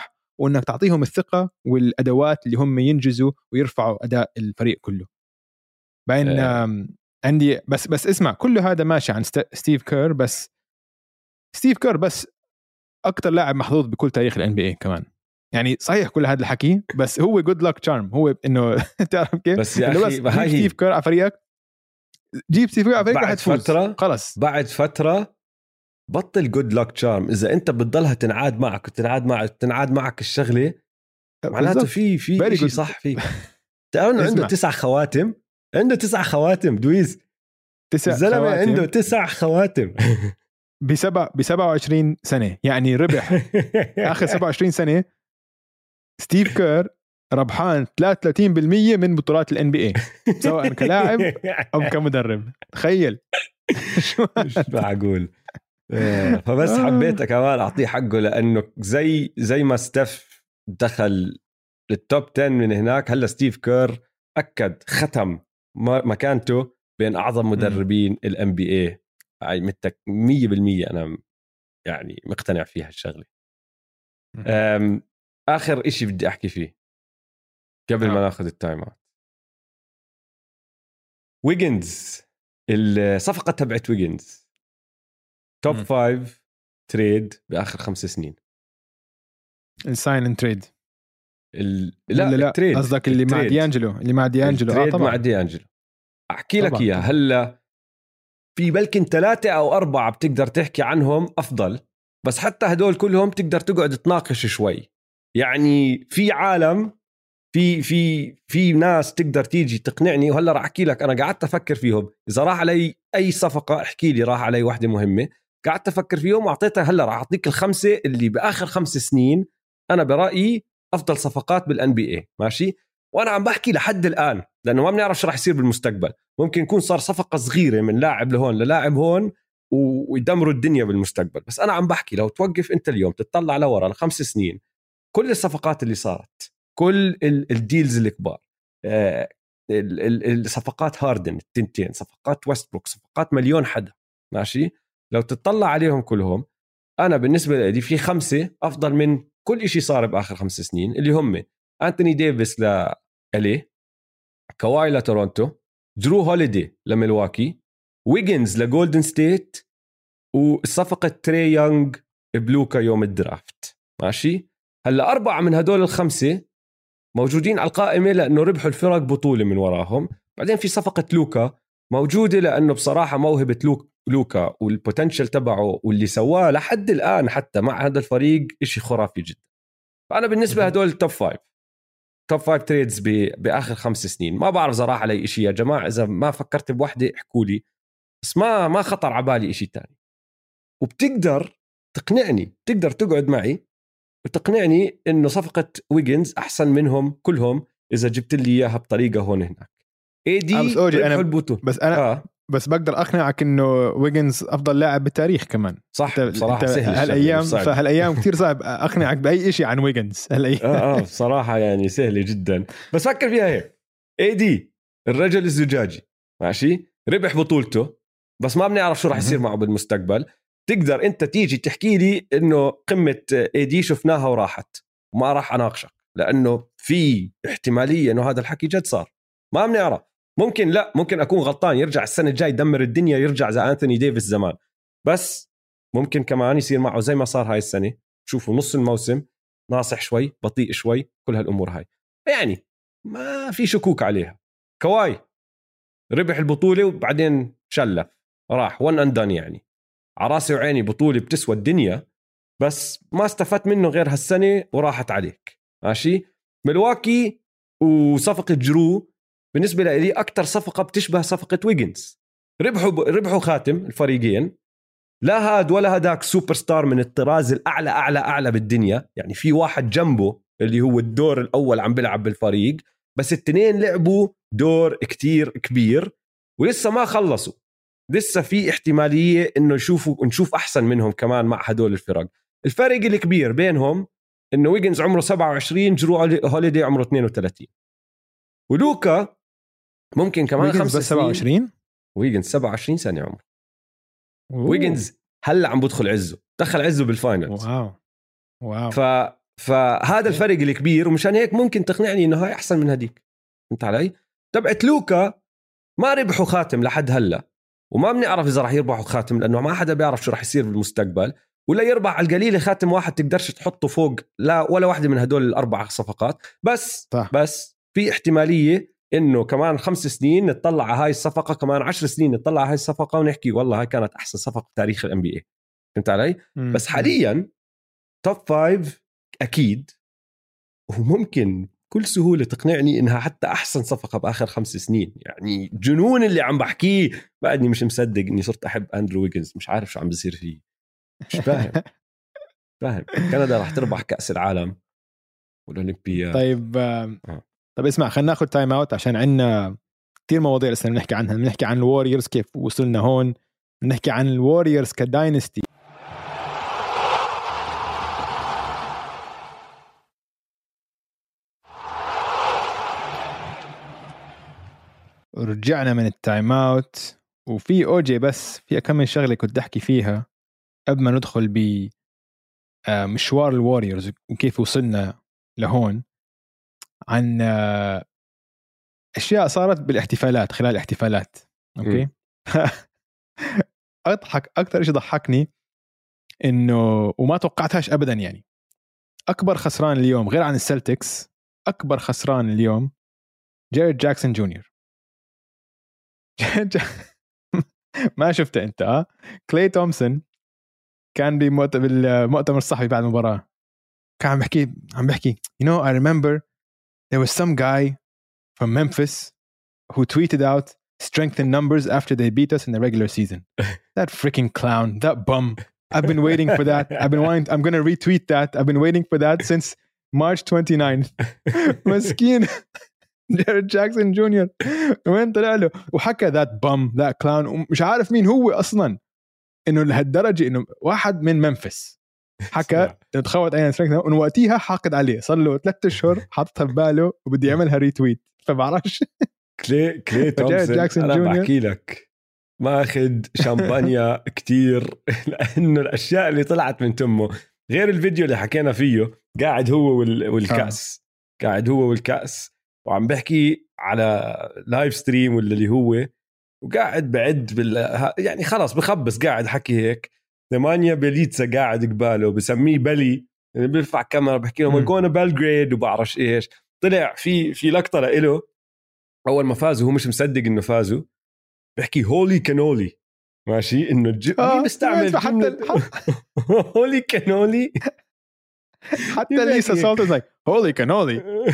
وانك تعطيهم الثقه والادوات اللي هم ينجزوا ويرفعوا اداء الفريق كله. بعدين آه. عندي بس بس اسمع، كل هذا ماشي عن ستيف كير، بس ستيف كير بس اكتر لاعب محظوظ بكل تاريخ الان بي اي كمان. يعني صحيح كل هذا الحكي، بس هو جود لك تشارم، هو انه تعرف كيف بس يا اخي بس هاي ستيف كير على فريقك، جيب ستيف كير على فريقك راح تفوز فترة. خلص بعد فتره بطل جود لك تشارم. اذا انت بتضلها تنعاد معك وتنعاد معك تنعاد معك الشغله، معناته في في شيء صح فيه. تعرف عنده تسع خواتم، عنده تسع خواتم دويز، الزلمه عنده تسع خواتم بسبع بسبعة وعشرين سنة، يعني ربح آخر سبعة وعشرين سنة ستيف كير ربحان ثلاثة وثلاثين بالمية من بطولات ال إن بي إيه سواء كلاعب أو كمدرب. تخيل مش معقول. فبس حبيت كمان أعطيه حقه، لأنه زي زي ما ستيف دخل للتوب عشرة من هناك، هلا ستيف كير أكد ختم مكانته بين أعظم مدربين ال إن بي إيه. هاي متك مية بالمية أنا يعني مقتنع فيها الشغلة. آخر إشي بدي أحكي فيه قبل ما ناخذ التايم اوت، ويجنز، الصفقة تبعت ويجنز توب فايف تريد بآخر خمس سنين. الساين اند تريد ال... لا لا التريد قصدك اللي مع ديانجلو اللي مع ديانجلو اه طبعا مع ديانجلو. احكي لك اياها هلا. في بلكن ثلاثة او أربعة بتقدر تحكي عنهم افضل، بس حتى هدول كلهم تقدر تقعد تناقش شوي. يعني في عالم في في في ناس تقدر تيجي تقنعني، وهلا راح احكي لك انا قعدت افكر فيهم. اذا راح علي اي صفقه احكي لي راح علي واحده مهمه، قعدت افكر فيهم واعطيتها. هلا راح اعطيك الخمسه اللي باخر خمس سنين انا برايي افضل صفقات بالان بي اي. ماشي، وانا عم بحكي لحد الان لانه ما بنعرف شو راح يصير بالمستقبل. ممكن يكون صار صفقه صغيره من لاعب لهون للاعب هون ويدمروا الدنيا بالمستقبل. بس انا عم بحكي لو توقف انت اليوم تطلع لورا لخمس سنين، كل الصفقات اللي صارت، كل الديلز الكبار، الصفقات هاردن التنتين، صفقات ويستبروك، صفقات مليون حدا، ماشي، لو تطلع عليهم كلهم أنا بالنسبة لي في خمسة أفضل من كل إشي صار بآخر خمس سنين، اللي هم أنتوني ديفيس لإلي، كواي لتورونتو، درو هوليدي لميلواكي، ويجنز لجولدن ستيت، وصفقة تري يونغ بلوكا يوم الدرافت. ماشي، هلا أربعة من هدول الخمسة موجودين على القائمة لأنه ربحوا الفرق بطولة من وراهم. بعدين في صفقة لوكا موجودة لأنه بصراحة موهبة لوك لوكا والبوتنشل تبعه واللي سواه لحد الآن حتى مع هذا الفريق إشي خرافي جدا. فأنا بالنسبة هدول التوب فايف توب فايف تريدز بآخر خمس سنين. ما بعرف إذا راح علي إشي يا جماعة، إذا ما فكرت بوحدة احكوا لي، بس ما ما خطر عبالي إشي تاني. وبتقدر تقنعني، تقدر تقعد معي وتقنعني إنه صفقة ويجنز أحسن منهم كلهم إذا جبت لي إياها بطريقة هون هناك. اي دي بس أنا البوتو. بس أنا آه. بس بقدر أقنعك إنه ويجنز أفضل لاعب بالتاريخ كمان. صح بصراحة سهل هالأيام، فهالأيام كتير صعب أقنعك بأي إشي عن ويجنز هالأيام. آه, آه بصراحة يعني سهلة جدا. بس فكر فيها هيك، اي دي الرجل الزجاجي ماشي، ربح بطولته، بس ما بنعرف شو راح يصير معه بالمستقبل. تقدر انت تيجي تحكي لي انه قمة اي دي شفناها وراحت، وما راح اناقشك لانه في احتمالية انه هذا الحكي جد صار، ما بنعرف. ممكن لا، ممكن اكون غلطان، يرجع السنة الجاي يدمر الدنيا، يرجع زي أنتوني ديفيس زمان. بس ممكن كمان يصير معه زي ما صار هاي السنة، شوفوا نص الموسم ناصح شوي، بطيء شوي، كل هالامور هاي يعني ما في شكوك عليها. كواي ربح البطولة وبعدين شلف راح وان اندان، يعني عراسي وعيني بطولة بتسوى الدنيا، بس ما استفدت منه غير هالسنة وراحت عليك. ماشي، ملواكي وصفقة جرو بالنسبة لي أكتر صفقة بتشبه صفقة ويجنز. ربحوا ب... ربحوا خاتم الفريقين، لا هاد ولا هداك سوبر ستار من الطراز الأعلى أعلى أعلى بالدنيا. يعني في واحد جنبه اللي هو الدور الأول عم بيلعب بالفريق، بس التنين لعبوا دور كتير كبير ولسه ما خلصوا. لسه في احتمالية إنه يشوفوا نشوف أحسن منهم كمان مع هدول الفرق. الفرق الكبير بينهم إنه ويجنز عمره سبعة وعشرين، جرو هوليدي عمره اثنين وثلاثين، ولوكا ممكن كمان خمسة بس سبعة وعشرين. ويجنز سبعة وعشرين سنة عمره. ويجنز هلا عم بدخل عزه، دخل عزه بالفاينلز. واو واو. ف فهذا الفرق الكبير، ومشان هيك ممكن تقنعني انه هاي احسن من هديك. فهمت علي؟ تبعت لوكا ما ربحوا خاتم لحد هلا، وما بنعرف اذا راح يربحوا خاتم لانه ما حدا بيعرف شو راح يصير بالمستقبل، ولا يربح على القليله خاتم واحد تقدرش تحطه فوق لا ولا واحده من هدول الاربع صفقات. بس صح. بس في احتماليه انه كمان خمس سنين نطلع على هاي الصفقه، كمان عشر سنين نطلع على هاي الصفقه ونحكي والله هاي كانت احسن صفقه بتاريخ الام بي اي. فهمت علي؟ م- بس حاليا توب فايف اكيد، وممكن كل سهولة تقنعني إنها حتى أحسن صفقة بآخر خمس سنين. يعني جنون اللي عم بحكيه، بعدني مش مصدق إني صرت أحب أندرو ويجنز. مش عارف شو عم بيصير فيه، مش فاهم فاهم. كندا راح تربح كأس العالم والأولمبياد. طيب آه. طيب اسمع، خلينا ناخذ تايم اوت عشان عندنا كثير مواضيع لسه بنحكي عنها. بنحكي عن الواريورز كيف وصلنا هون، بنحكي عن الواريورز كداينستي. رجعنا من التايم اوت وفي اوجي، بس في كم من شغله كنت احكي فيها قبل ما ندخل بمشوار الواريورز وكيف وصلنا لهون، عن اشياء صارت بالاحتفالات خلال الاحتفالات. اوكي اضحك اكثر شيء ضحكني انه وما توقعتهاش ابدا، يعني اكبر خسران اليوم غير عن السلتكس، اكبر خسران اليوم جيرد جاكسون جونيور. ما شفته انت؟ اه كلاي تومسون كان بالمؤتمر الصحفي بعد المباراة، كان عم بحكي عم بحكي you know I remember there was some guy from Memphis who tweeted out strength in numbers after they beat us in the regular season. That freaking clown, that bum. I've been waiting for that. I've been wanting, I'm going to retweet that. I've been waiting for that since March twenty-ninth. مسكين جيرد جاكسون جونيور وين طلع له وحكى that bum, that clown، ومش عارف مين هو أصلاً، إنه لهالدرجة إنه واحد من منفس حكى تخوت أين سترينث، ومن وقتها حاقد عليه، صار له ثلاثة أشهر حاطها بباله وبدي يعملها ريتويت. فبعرفش كلي كلي تومسون أنا بحكي لك ما أخذ شامبانيا كتير، لأنه الأشياء اللي طلعت من تمه غير الفيديو اللي حكينا فيه، قاعد هو والكأس آه. قاعد هو والكأس وعم بحكي على لايف ستريم ولا اللي هو، وقاعد بعد بال يعني خلاص بخبص قاعد حكي هيك. ثمانية بليتسا قاعد قباله بسميه بلي، يعني بيرفع كاميرا بحكي لهم جونا بلغريد وبعرفش ايش. طلع في في لقطة له اول ما فازوا، هو مش مصدق انه فازوا، بحكي هولي كانولي ماشي انه الج... آه مين بيستعمل حتى هولي كانولي حتى ليسا سولتز لايك هولي كانولي.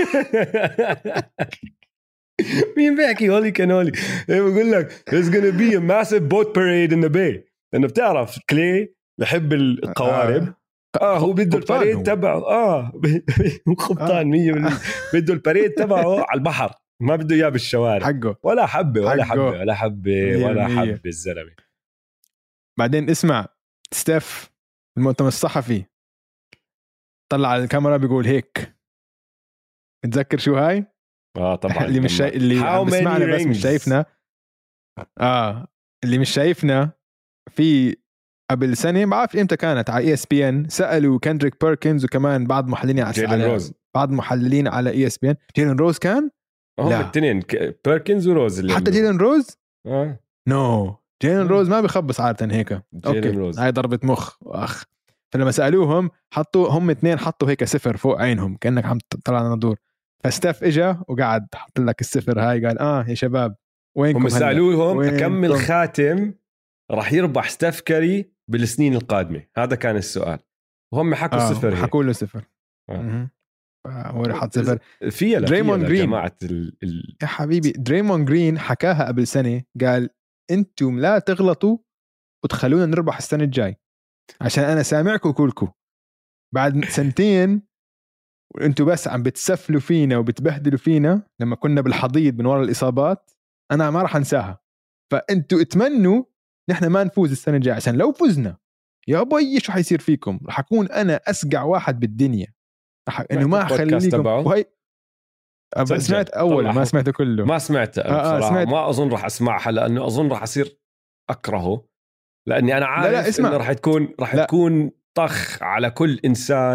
مين بيحكي هولي كانولي؟ بقول لك there's gonna be a massive boat parade in the bay، لأنه بتعرف كلي بحب القوارب. آه, آه هو بده الباريد تبعه آه خبطان مية بالمية بده الباريد تبعه على البحر، ما بده إياه بالشوارع حقه. ولا حبة ولا حبة ولا حبة ولا حبة الزلمة. بعدين اسمع ستيف المؤتمر الصحفي طلع على الكاميرا بيقول هيك، تتذكر شو هاي؟ اه طبعا اللي مش شا... اللي عم بسمعنا بس مش شايفنا. اه اللي مش شايفنا في قبل سنه ما بعرف امتى كانت على اي اس بي ان سالوا كندريك بيركنز وكمان بعض محللين على جيلن روز، بعض محللين على اي اس بي ان. جيلن روز كان هم الاثنين بيركنز وروز اللي حتى جيلن روز اه نو جيلن روز ما بيخبص عاده هيك. اوكي روز. هاي ضربه مخ واخ. فلما سالوهم حطوا هم اثنين حطوا هيك صفر فوق عينهم كانك عم تطلع ندور. فستاف اجا وقعد حط لك الصفر هاي قال اه يا شباب وينكم؟ هم سالوهم كم الخاتم راح يربح ستيف كاري بالسنين القادمه، هذا كان السؤال، وهم حكوا آه صفر. حكوا له صفر. آه. هو راح حط صفر. فيها دريمون جرين جماعه ال... ال... يا حبيبي دريمون جرين حكاها قبل سنه، قال انتم لا تغلطوا وتخلونا نربح السنه الجاي عشان انا سامعكم كلكم بعد سنتين وانتم بس عم بتسفلوا فينا وبتبهدلوا فينا لما كنا بالحضيض من وراء الاصابات. انا ما راح انساها، فانتوا اتمنوا نحن ما نفوز السنه الجايه عشان لو فزنا يا بي شو حيصير فيكم؟ راح اكون انا اسقع واحد بالدنيا، راح انه ما اخليكم. وهي سمعت اول ما سمعته كله ما سمعته آه آه سمعت. ما اظن راح اسمعها لانه اظن راح اصير اكرهه، لاني انا عارف لا لا انه راح تكون راح تكون طخ على كل انسان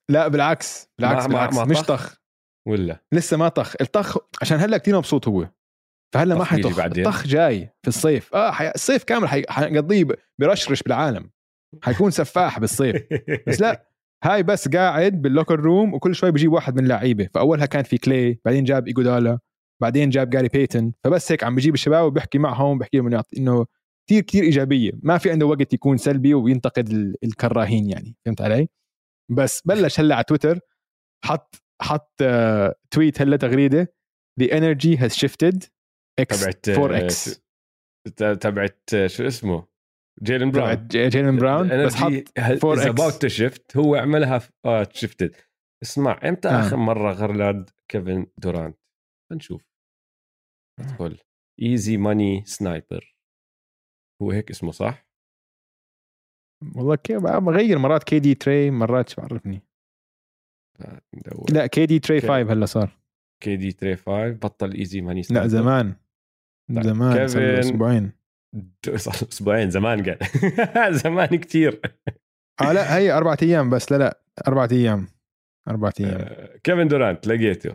لا بالعكس بالعكس ما بالعكس ما مش طخ. طخ ولا لسه ما طخ. الطخ عشان هلا كتير مبسوط هو، فهلا ما طخ بيجي حيطخ. بعدين. الطخ جاي في الصيف. اه حي... الصيف كامل حي... حيقضيه ب- برشرش بالعالم، حيكون سفاح بالصيف. بس لا، هاي بس قاعد باللوكر روم وكل شوي بيجيب واحد من اللعيبه. فاولها كان في كلي، بعدين جاب إيجودالا، بعدين جاب جاري بيتن. فبس هيك عم بيجيب الشباب وبيحكي معهم، بيحكي لهم انه انه كثير كثير ايجابيه، ما في عنده وقت يكون سلبي وينتقد ال- الكراهين يعني. فهمت علي؟ بس بلش هلا على تويتر، حط حط uh, تويت هلا تغريده: The energy has shifted X تبعت فور إكس تبعت شو اسمه جيلن براون. تبعت جيلن براون، بس حط فور is about إكس. to shift. هو عملها في اه شفتد. اسمع امتى آه. اخر مره غرلاد كيفن دورانت؟ نشوف. ادخل ايزي ماني سنايبر، هو هيك اسمه صح؟ والله كيف بغير مرات كي دي تري، مرات شو بعرفني. ندور. لا كي دي تري كي- فايف هلا صار. كي دي تري فايف بطل ايزي ماني لا سنايبر. زمان طيب. زمان صار له كيفن اسبوعين. صار له اسبوعين زمان قال زمان كتير. اه لا هي أربعة ايام بس. لا لا أربعة ايام أربعة ايام آه، كيفن دورانت لقيته.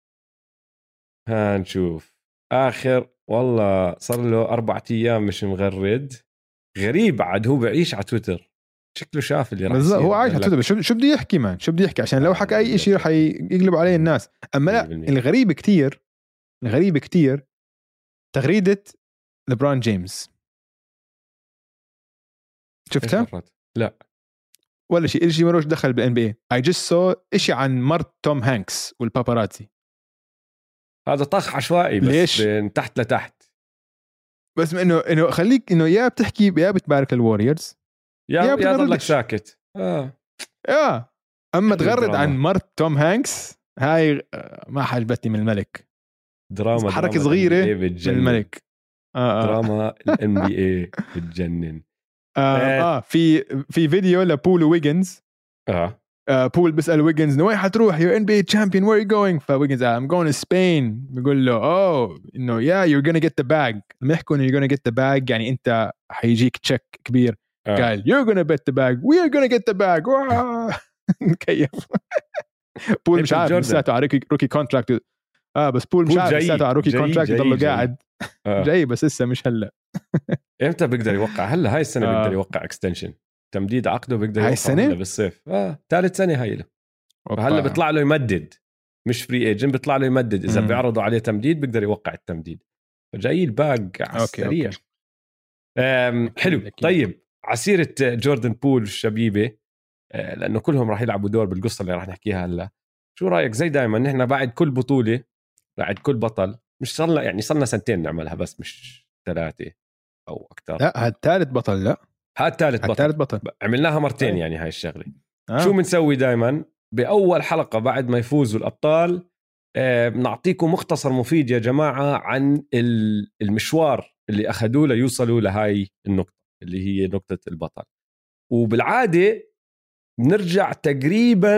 ها نشوف اخر. والله صار له أربعة ايام مش مغرد. غريب عاد، هو بعيش على تويتر، شكله شاف اللي راح بس يصير. هو عايش على قال لك تويتر. شو شو بده يحكي مان؟ شو بده يحكي؟ عشان لو آه، حكى اي شيء بالضبط. رح يقلب عليه الناس. اما لا، مية بالمية. الغريب كتير الغريب كتير تغريده لبران جيمس. ايش شفتها مرات؟ لا ولا شيء؟ شيء ملوش دخل بالان بي اي. اي جست سو شيء عن مرت توم هانكس والباباراتزي. هذا طخ عشوائي بس ليش؟ من تحت لتحت. بس انه انه خليك انه يا بتحكي يا بتبارك الوريورز يا يا يا ضلك بتغردش. ساكت. اه اه اما حلو تغرد الدراما. عن مرت توم هانكس، هاي آه، ما حجبتني من الملك. دراما حركه دراما صغيره ال إن بي إيه من بتجنن. الملك. اه اه دراما الام بي اي بتجنن. آه, اه, اه في في فيديو لبول ويجنز. آه. آه بول بيسأل ويجنز انه وين حتروح؟ يو ان بي اي تشامبيون وير يو جوينج؟ فويجنز ام جوينج تو سبين. بيقول له اوه انه يا يو gonna get the bag. لما يحكوا انه يو gonna get the bag يعني انت حيجيك تشيك كبير. آه. قال you're gonna bet the bag we are gonna get the bag. كيف بول مش عارف لساته على روكي روكي كونتراكت. اه بس بول مش بول عارف جاي لساته على روكي جاي كونتراكت، جاي يضله جاي. قاعد. آه. جاي بس لسه مش هلا. امتى بيقدر يوقع؟ هلا هاي السنه آه. بيقدر يوقع اكستنشن، تمديد عقده بيقدر هاي يوقع السنة؟ هلا بالصيف. اه ثالث سنه هاي له. فهلا أوبا. بيطلع له يمدد، مش فري ايجنت، بيطلع له يمدد. اذا مم. بيعرضوا عليه تمديد بيقدر يوقع التمديد. فجاي الباق على أوكي، السريع. أوكي. أم أكيد، حلو. أكيد. طيب عسيرة جوردن بول الشبيبة، آه، لأنه كلهم راح يلعبوا دور بالقصة اللي راح نحكيها هلا. شو رأيك؟ زي دائما نحن بعد كل بطولة، بعد كل بطل، مش صرنا يعني صرنا سنتين نعملها بس مش ثلاثة أو أكثر. لا هاد ثالث بطل. لا هاد ثالث هاد بطل. ثالث بطل. عملناها مرتين طيب. يعني هاي الشغلة. آه. شو بنسوي دائما بأول حلقة بعد ما يفوزوا الأبطال؟ آه، بنعطيكم مختصر مفيد يا جماعة عن المشوار اللي أخذوه ليوصلوا لهاي النقطة اللي هي نقطة البطل. وبالعادة بنرجع تقريبا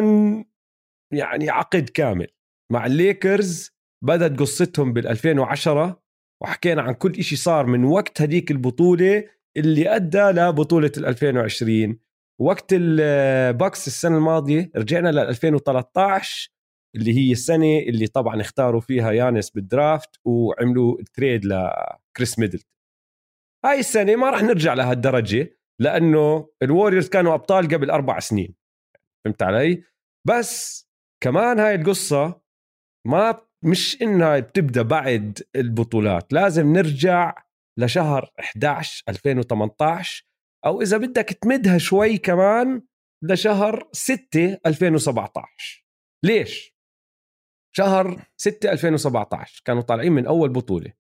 يعني عقد كامل مع الليكرز. بدأت قصتهم بالألفين وعشرة وحكينا عن كل إشي صار من وقت هديك البطولة اللي أدى لبطولة الألفين وعشرين. وقت الباكس السنة الماضية رجعنا لألفين وثلاثة عشر اللي هي السنة اللي طبعا اختاروا فيها يانس بالدرافت وعملوا تريد لكريس ميدلتون. هاي السنة ما راح نرجع لهالدرجة لأنه الواريورز كانوا أبطال قبل أربع سنين. فهمت علي؟ بس كمان هاي القصة ما مش إنها بتبدأ بعد البطولات، لازم نرجع لشهر إحدى عشر ألفين وثمانية عشر، أو إذا بدك تمدها شوي كمان لشهر ستة ألفين وسبعة عشر. ليش؟ شهر ستة ألفين وسبعة عشر كانوا طالعين من أول بطولة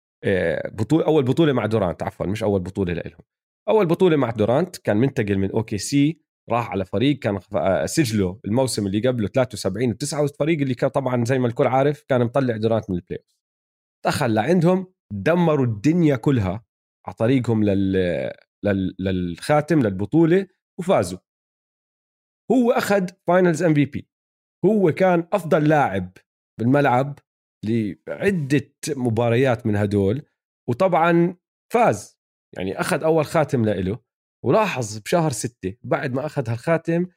بطولة أول بطولة مع دورانت، عفوا مش أول بطولة لهم. أول بطولة مع دورانت كان منتقل من أوكي سي، راح على فريق كان سجله الموسم اللي قبله ثلاثة وسبعين وتسعة، والفريق اللي كان طبعا زي ما الكل عارف كان مطلع دورانت من البلاي اوف. دخل لعندهم دمروا الدنيا كلها على طريقهم لل... لل... للخاتم للبطولة وفازوا. هو أخذ فاينلز ام في بي، هو كان أفضل لاعب بالملعب لعدة مباريات من هدول، وطبعا فاز يعني أخذ أول خاتم لإله. ولاحظ بشهر ستة بعد ما أخذ هالخاتم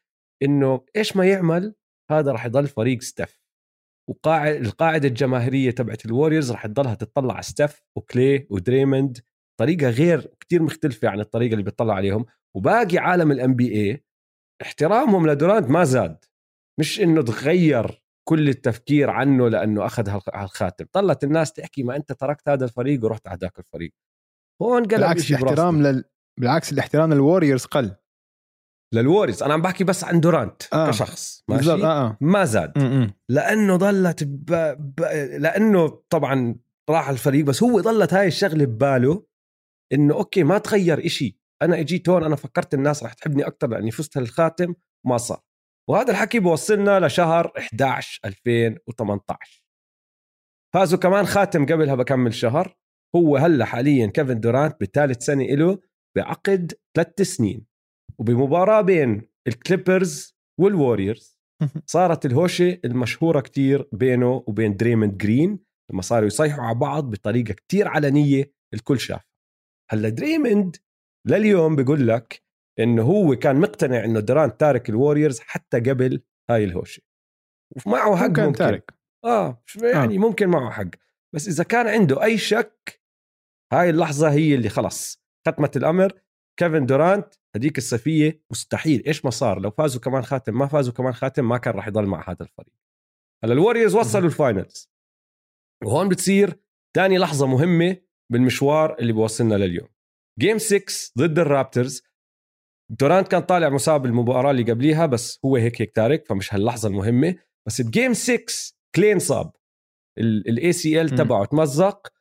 إنه إيش ما يعمل هذا راح يضل فريق ستيف، وقاعد القاعدة الجماهيرية تبعت الواريورز راح تضلها تطلع على ستيف وكلي ودريموند طريقة غير كتير مختلفة عن الطريقة اللي بتطلع عليهم. وباقي عالم الام بي اي احترامهم لدورانت ما زاد، مش انه تغير كل التفكير عنه لانه اخذ هالخاتم. طلت الناس تحكي ما انت تركت هذا الفريق ورحت على ذاك الفريق. هون قلب بالعكس الاحترام لل... بالعكس الاحترام للواريورز قل للواريز. انا عم بحكي بس عن دورانت آه. كشخص ماشي آه آه. ما زاد م-م. لانه ضلت ب... ب... لانه طبعا راح الفريق، بس هو ضلت هاي الشغله بباله انه اوكي ما تغير إشي. انا اجيت هون انا فكرت الناس رح تحبني اكتر لاني فزت هالخاتم، ما صار. وهذا الحكي بوصلنا لشهر إحدى عشر ألفين وثمانية عشر، فازوا كمان خاتم قبلها بكمل شهر. هو هلا حاليا كيفن دورانت بثالث سنه له بعقد ثلاث سنين، وبمباراه بين الكليبرز والواريورز صارت الهوشة المشهورة كتير بينه وبين دريموند جرين لما صاروا يصيحوا على بعض بطريقة كتير علنية الكل شاف. هلا دريموند لليوم بيقول لك انه هو كان مقتنع انه دورانت تارك الواريورز حتى قبل هاي الهوشة، ومعه حق ممكن, ممكن. تارك اه يعني آه. ممكن معه حق، بس اذا كان عنده اي شك هاي اللحظة هي اللي خلص ختمت الامر. كيفن دورانت هديك الصيفية مستحيل ايش ما صار لو فازوا كمان خاتم ما فازوا كمان خاتم ما كان راح يضل مع هذا الفريق. هلا الواريورز وصلوا الفاينلز، وهون بتصير تاني لحظة مهمة بالمشوار اللي بوصلنا لليوم. جيم ستة ضد الرابترز، دورانت كان طالع مصاب المباراة اللي قبليها بس هو هيك هيك تارك فمش هاللحظة المهمة. بس بجيم ستة كلين صاب الاي سي ال تبعه تمزق،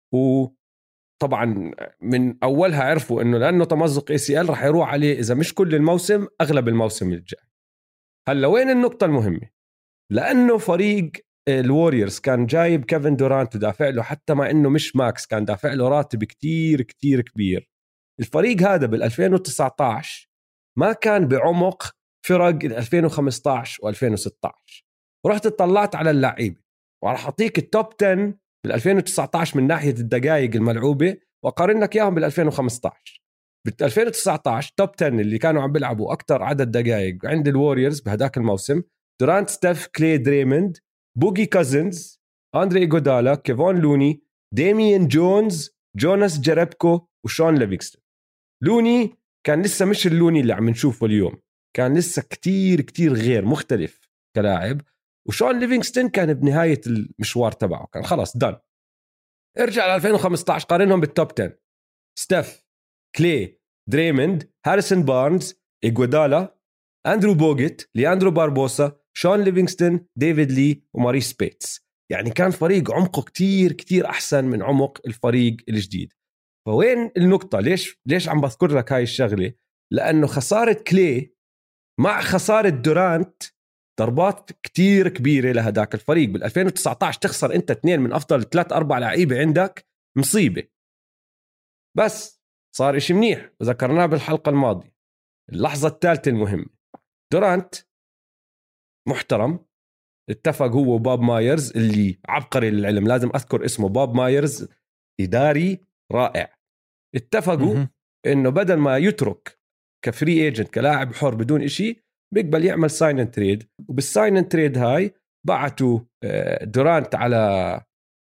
وطبعا من أولها عرفوا إنه لأنه تمزق اي سي ال رح يروح عليه إذا مش كل الموسم أغلب الموسم الجاي. هلا وين النقطة المهمة؟ لأنه فريق الواريورز كان جايب كيفن دورانت ودافع له حتى مع إنه مش ماكس، كان دافع له راتب كتير كتير كبير. الفريق هذا بال2019 ما كان بعمق فرق ألفين وخمسة عشر وألفين وستة عشر. ورحت اطلعت على اللعيبة وراح أعطيك التوب عشرة بال2019 من ناحية الدقائق الملعوبة وأقارن لك إياهم بال2015. بال2019 توب عشرة اللي كانوا عم بيلعبوا أكتر عدد دقائق عند الواريورز بهداك الموسم دورانت، ستيف، كلي، دريموند، بوغي كازنز، أندري إيغودالا، كيفون لوني، ديميان جونز، جوناس جيربكو، وشون ليفينغستون. لوني كان لسه مش اللوني اللي عم نشوفه اليوم، كان لسه كتير كتير غير مختلف كلاعب. وشون ليفينغستون كان بنهاية المشوار تبعه كان خلاص دان. ارجع ل ألفين وخمسة عشر قارنهم بالتوب عشرة: ستيف، كلي، دريموند، هاريسون بارنز، إيغودالا، أندرو بوغيت، لياندرو باربوسا، شون ليفينغستون، ديفيد لي، وماريس بيتس. يعني كان فريق عمقه كتير كتير أحسن من عمق الفريق الجديد. فوين النقطة؟ ليش ليش عم بذكر لك هاي الشغلة؟ لأنه خسارة كلي مع خسارة دورانت ضربات كتير كبيرة لهداك الفريق. بال2019 تخسر أنت اثنين من أفضل ثلاث أربع لعيبة عندك، مصيبة. بس صار إشي منيح وذكرناه بالحلقة الماضية. اللحظة الثالثة المهمة، دورانت محترم اتفق هو وباب مايرز اللي عبقري للعلم، لازم أذكر اسمه، باب مايرز إداري رائع. اتفقوا م- إنه بدل ما يترك كفري ايجنت كلاعب حر بدون إشي بيقبل يعمل ساين اند تريد. وبالساين اند تريد هاي بعتوا دورانت على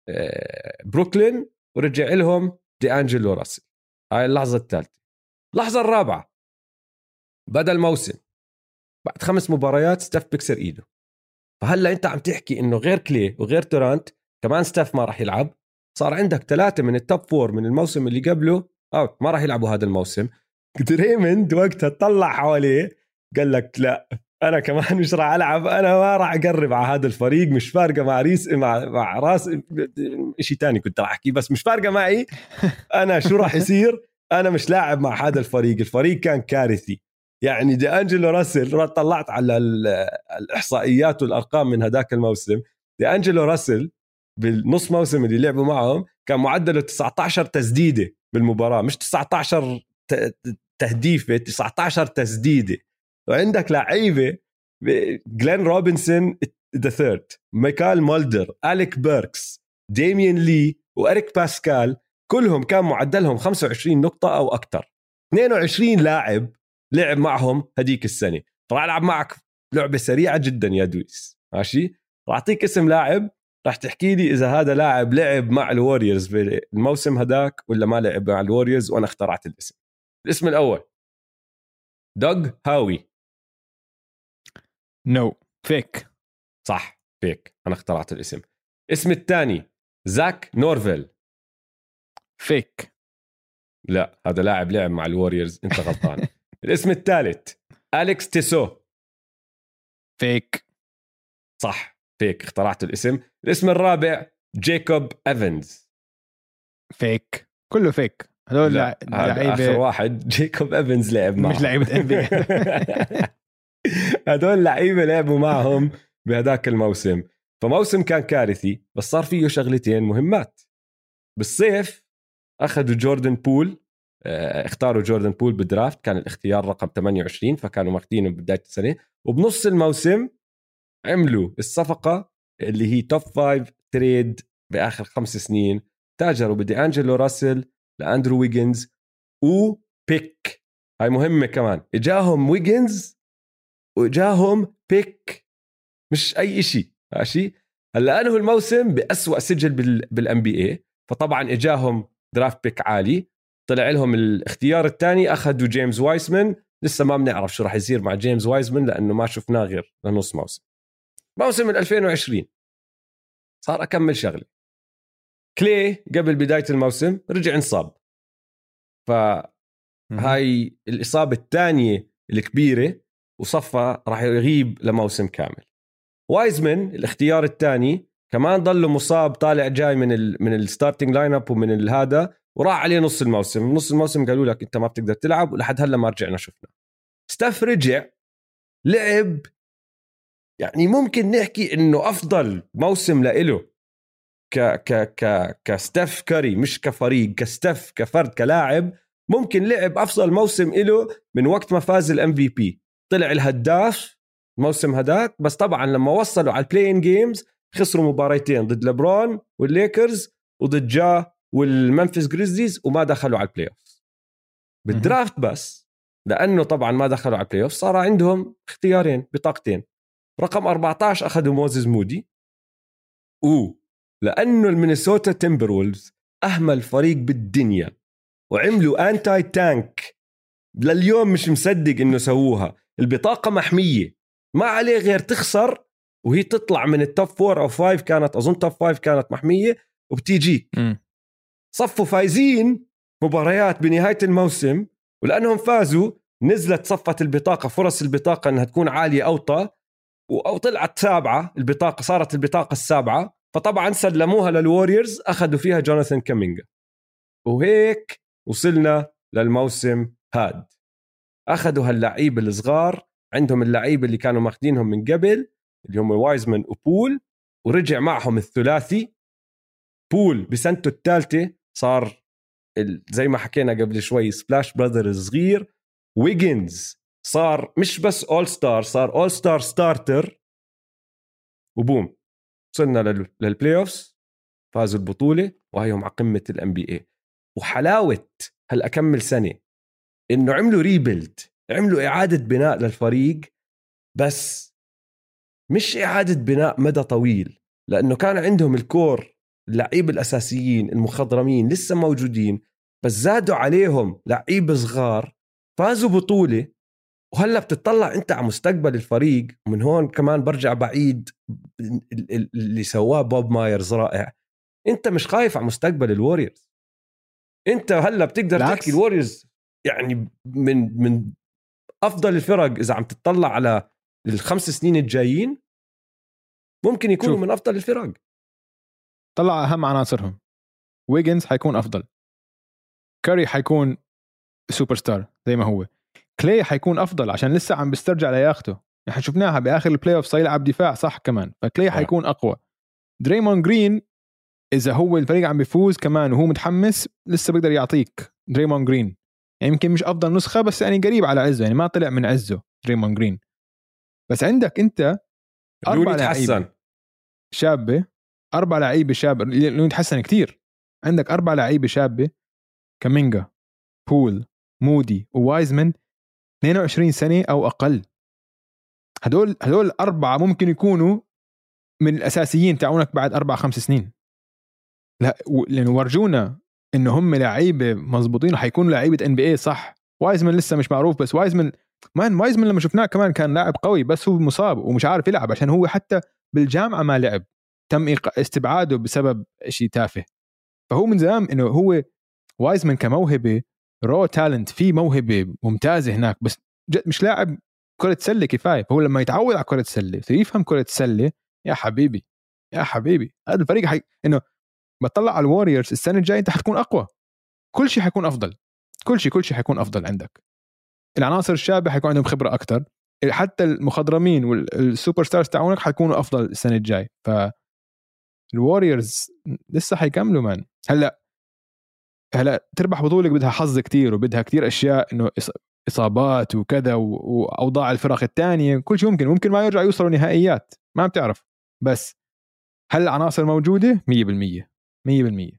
بروكلين ورجع لهم دي أنجلو راسل. هاي اللحظة الثالثة. اللحظة الرابعة، بدل موسم بعد خمس مباريات ستيف بيكسر إيده. فهلا أنت عم تحكي إنه غير كلي وغير دورانت كمان ستيف ما راح يلعب. صار عندك ثلاثة من التوب فور من الموسم اللي قبله أوت ما راح يلعبوا هذا الموسم. دريموند وقتها طلع حواليه قال لك لا أنا كمان مش راح ألعب، أنا ما راح أقرب على هذا الفريق، مش فارقة مع ريس مع, مع راس إشي تاني كنت راح أحكي بس مش فارقة معي أنا شو راح يصير، أنا مش لاعب مع هذا الفريق. الفريق كان كارثي. يعني دي أنجلو راسل طلعت على الإحصائيات والأرقام من هداك الموسم، دي أنجلو راسل بالنص موسم اللي لعبوا معهم كان معدله تسعة عشر تسديدة بالمباراة، مش تسعة عشر تهديفة، تسعة عشر تسديدة. وعندك لعيبة جلين روبنسون ذا ثيرد، ميكال مولدر، أليك بيركس، ديميان لي، وأريك باسكال، كلهم كان معدلهم خمسة وعشرين نقطة أو أكتر. اثنين وعشرين لاعب لعب معهم هديك السنة. راح ألعب معك لعبة سريعة جدا يا دويس. ماشي، راح أعطيك اسم لاعب، راح تحكي لي إذا هذا لاعب لعب مع الواريورز في الموسم هداك ولا ما لعب مع الواريورز، وأنا اخترعت الاسم. الاسم الأول دوغ هاوي. نو no. فيك. صح فيك، أنا اخترعت الاسم. اسم الثاني زاك نورفيل. فيك. لا هذا لاعب لعب مع الواريورز، انت غلطان. الاسم الثالث أليكس تيسو. فيك. صح فيك، اخترعت الاسم. الاسم الرابع جيكوب إيفنز. فيك، كله فيك. هذول لا لعيبه اخر واحد جيكوب إيفنز لعب معهم، مش لعيبه ان بي. هذول لعيبه لعبوا معهم بهداك الموسم. فموسم كان كارثي، بس صار فيه شغلتين مهمات. بالصيف اخذوا جوردن بول، اختاروا جوردن بول بالدرافت، كان الاختيار رقم ثمانية وعشرين، فكانوا ماخذينه ببداية السنة. وبنص الموسم عملوا الصفقة اللي هي توب فايف تريد بآخر خمس سنين، تاجروا بدي أنجلو راسل لأندرو ويجنز وبيك. هاي مهمة كمان، إجاهم ويجنز وإجاهم بيك، مش أي شيء. ماشي، هلا أنهوا الموسم بأسوأ سجل بالان بي اي، فطبعا إجاهم درافت بيك عالي، طلع لهم الاختيار الثاني، أخذوا جيمس وايسمان. لسه ما بنعرف شو راح يصير مع جيمس وايسمان لأنه ما شفناه غير لنص موسم. موسم ألفين وعشرين صار أكمل شغلة، كلي قبل بداية الموسم رجع انصاب، فهاي الإصابة الثانية الكبيرة، وصفى راح يغيب لموسم كامل. وايزمان الاختيار الثاني كمان ضل مصاب، طالع جاي من ال من الستارتنج لاين اب ومن الهذا، وراح عليه نص الموسم. نص الموسم قالوا لك انت ما بتقدر تلعب، ولحد هلا ما رجعنا شفنا. ستاف رجع لعب، يعني ممكن نحكي انه افضل موسم لإله ك ك ك كستاف كاري، مش كفريق، كستاف كفرد كلاعب. ممكن لعب افضل موسم له من وقت ما فاز الام في بي، طلع الهداف الموسم هداك. بس طبعا لما وصلوا على البلاين جيمز خسروا مباريتين ضد لبرون والليكرز وضد جا والمنفس جريزليز، وما دخلوا على البلاي اوف بالدرافت. بس لانه طبعا ما دخلوا على البلاي اوف صار عندهم اختيارين بطاقتين. رقم أربعة عشر اخذوا موزيس مودي، و لانه المينيسوتا تيمبرولز اهمل فريق بالدنيا وعملوا انتاي تانك لليوم مش مصدق انه سووها. البطاقه محميه، ما عليه غير تخسر وهي تطلع من التوب فور او فايف، كانت اظن توب فايف كانت محميه، وبتيجيك م. صفوا فايزين مباريات بنهايه الموسم، ولانهم فازوا نزلت صفت البطاقه، فرص البطاقه انها تكون عاليه اوطى، او طلعت سابعه البطاقه، صارت البطاقه السابعه. فطبعا سلموها للواريورز، اخذوا فيها جوناثان كامينجا، وهيك وصلنا للموسم هاد. اخذوا هاللعيبه الصغار، عندهم اللعيبه اللي كانوا ماخدينهم من قبل اللي هم وايزمان وبول، ورجع معهم الثلاثي. بول بسنته الثالثه صار زي ما حكينا قبل شوي سبلاش براذر صغير. ويجنز صار مش بس اول ستار، صار اول ستار ستارتر، وبوم وصلنا للبلاي اوفز، فازوا البطوله وهيهم على قمه الام بي اي. وحلاوه هالاكمل سنه انه عملوا ريبيلد، عملوا اعاده بناء للفريق، بس مش اعاده بناء مدى طويل، لانه كان عندهم الكور، اللعيبه الاساسيين المخضرمين لسه موجودين، بس زادوا عليهم لعيبه صغار، فازوا بطوله. وهلا بتطلع انت على مستقبل الفريق، ومن هون كمان برجع بعيد اللي سواه بوب مايرز رائع. انت مش خايف على مستقبل الواريورز، انت هلا بتقدر بالعكس. تحكي الواريورز يعني من من افضل الفرق اذا عم تطلع على الخمس سنين الجايين، ممكن يكونوا شوف. من افضل الفرق. طلع اهم عناصرهم، ويجنز حيكون افضل، كاري حيكون سوبر ستار زي ما هو، كلي حيكون افضل عشان لسه عم بيسترجع لياخته، يعني شفناها باخر البلاي اوف صار يلعب دفاع صح كمان، فكلي حيكون اقوى. دريمون جرين اذا هو الفريق عم بيفوز كمان وهو متحمس لسه بيقدر يعطيك دريمون جرين، يعني يمكن مش افضل نسخه بس يعني قريب على عزه، يعني ما طلع من عزه دريمون جرين. بس عندك انت اربع لعيبه شابه، اربع لعيبه شابه اللي يتحسن كتير. عندك اربع لعيبه شابه، كامينجا، بول، مودي، ووايزمان، اثنين وعشرين سنه او اقل. هدول هدول أربعة ممكن يكونوا من الأساسيين تاعونك بعد أربع خمس سنين. لا لأنه ورجونا إنه هم لعيبة مزبوطين وحيكونوا لعيبة إن بي إيه صح. وايزمان لسه مش معروف، بس وايزمان مان وايزمان لما شفناه كمان كان لاعب قوي، بس هو مصاب ومش عارف يلعب عشان هو حتى بالجامعة ما لعب، تم استبعاده بسبب شيء تافه. فهو من زمان إنه هو وايزمان كموهبة رو تالنت، في موهبة ممتازة هناك، بس مش لاعب كرة سلة كفاية. فهو لما يتعود على كرة سلة يفهم كرة سلة، يا حبيبي يا حبيبي هذا الفريق حي... إنه بطلع على الواريورز السنة الجاية أنت حتكون أقوى، كل شيء حيكون أفضل، كل شيء كل شيء حيكون أفضل عندك. العناصر الشابة حيكون عندهم خبرة أكتر، حتى المخضرمين والسوبر ستارز تاعونك حيكونوا أفضل السنة الجاية. فالواريورز لسه حيكملوا مان. هلأ هلا تربح بطولة بدها حظ كتير وبدها كتير أشياء، إنه إصابات وكذا وأوضاع الفرق الثانية، كل شيء ممكن ممكن ما يرجع يوصلوا نهائيات، ما بتعرف. بس هل العناصر موجودة؟ مية بالمية مية بالمية.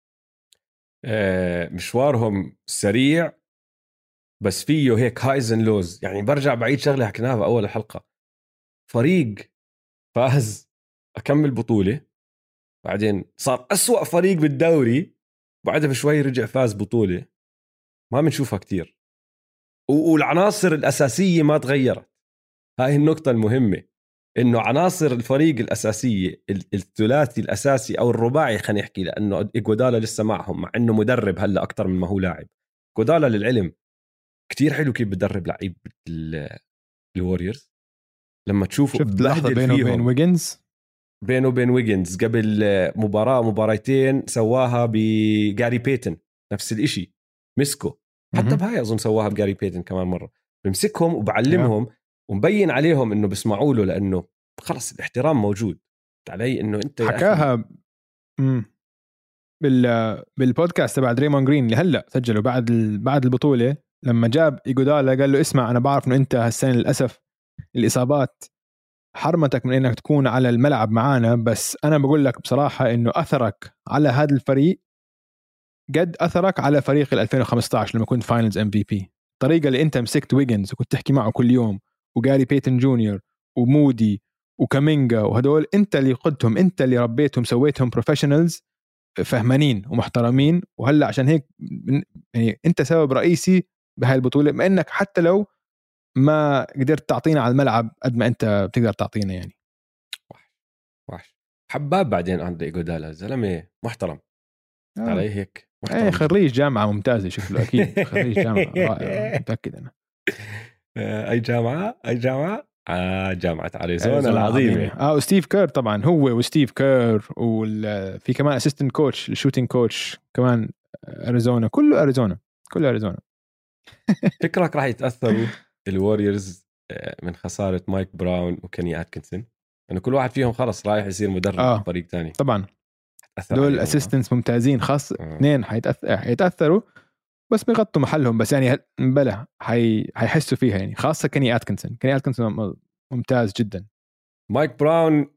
آه مشوارهم سريع، بس فيه هيك هايزن لوز. يعني برجع بعيد شغلة حكيناها بأول الحلقة، فريق فاز أكمل بطولة، بعدين صار أسوأ فريق بالدوري، بعدها بشوي رجع فاز بطولة. ما بنشوفها كتير، والعناصر الأساسية ما تغيرت. هاي النقطة المهمة، إنه عناصر الفريق الأساسية الثلاثي الأساسي أو الرباعي خلينا نحكي، لأنه إيغودالا لسه معهم، مع إنه مدرب هلأ أكتر من ما هو لاعب. إيغودالا للعلم كتير حلو كيف بدرب لعيب الواريورز. لما تشوفوا شفت لحظة بينه وبين ويجنز، بينه وبين ويجنز قبل مباراة مباراتين سواها بجاري بيتن، نفس الاشي مسكه. حتى بهاي أظن سواها بجاري بيتن كمان مرة. بمسكهم وبعلمهم ومبين عليهم إنه بسمعوا له، لأنه خلص الاحترام موجود علي. إنه أنت حكاها امم بال بالبودكاست تبع دريمون جرين اللي هلا سجله بعد ال... بعد البطولة، لما جاب إيغودالا قال له اسمع أنا بعرف إنه أنت هالسنة للأسف الإصابات حرمتك من إنك تكون على الملعب معانا، بس أنا بقول لك بصراحة إنه أثرك على هذا الفريق قد أثرك على فريق ألفين وخمسة عشر لما كنت فاينلز ام في بي. الطريقة اللي أنت مسكت ويجنز وكنت تحكي معه كل يوم، وجاري بيتن جونيور ومودي وكامينجا وهدول، أنت اللي قدتهم، أنت اللي ربيتهم، سويتهم بروفيشنالز فهمانين ومحترمين. وهلا عشان هيك يعني أنت سبب رئيسي بهاي البطولة، ما إنك حتى لو ما قدرت تعطينا على الملعب قد ما أنت بتقدر تعطينا. يعني وحش وحش حباب. بعدين عند إيغودالا زلمة محترم آه. علي هيك محترم. ايه خريج جامعة ممتازة شكله أكيد خريج جامعة رائع متأكد أنا. أي جامعة أي جامعة آه جامعة أريزونا العظيمة. اه وستيف كير طبعا، هو وستيف كير، وفي كمان اسيستنت كوتش الشوتينج كوتش كمان أريزونا، كله أريزونا كله أريزونا. فكرك راح يتأثروا الواريورز من خسارة مايك براون وكيني أتكنسون؟ لأنه كل واحد فيهم خلص رايح يصير مدرب آه. فريق تاني. طبعا دول الاسيستنتس ممتازين، خاص اثنين آه. حيتأثر حيتأثروا بس بيغطوا محلهم. بس يعني بلا حي... حيحسوا فيها يعني، خاصة كيني أتكنسون. كيني أتكنسون ممتاز جدا. مايك براون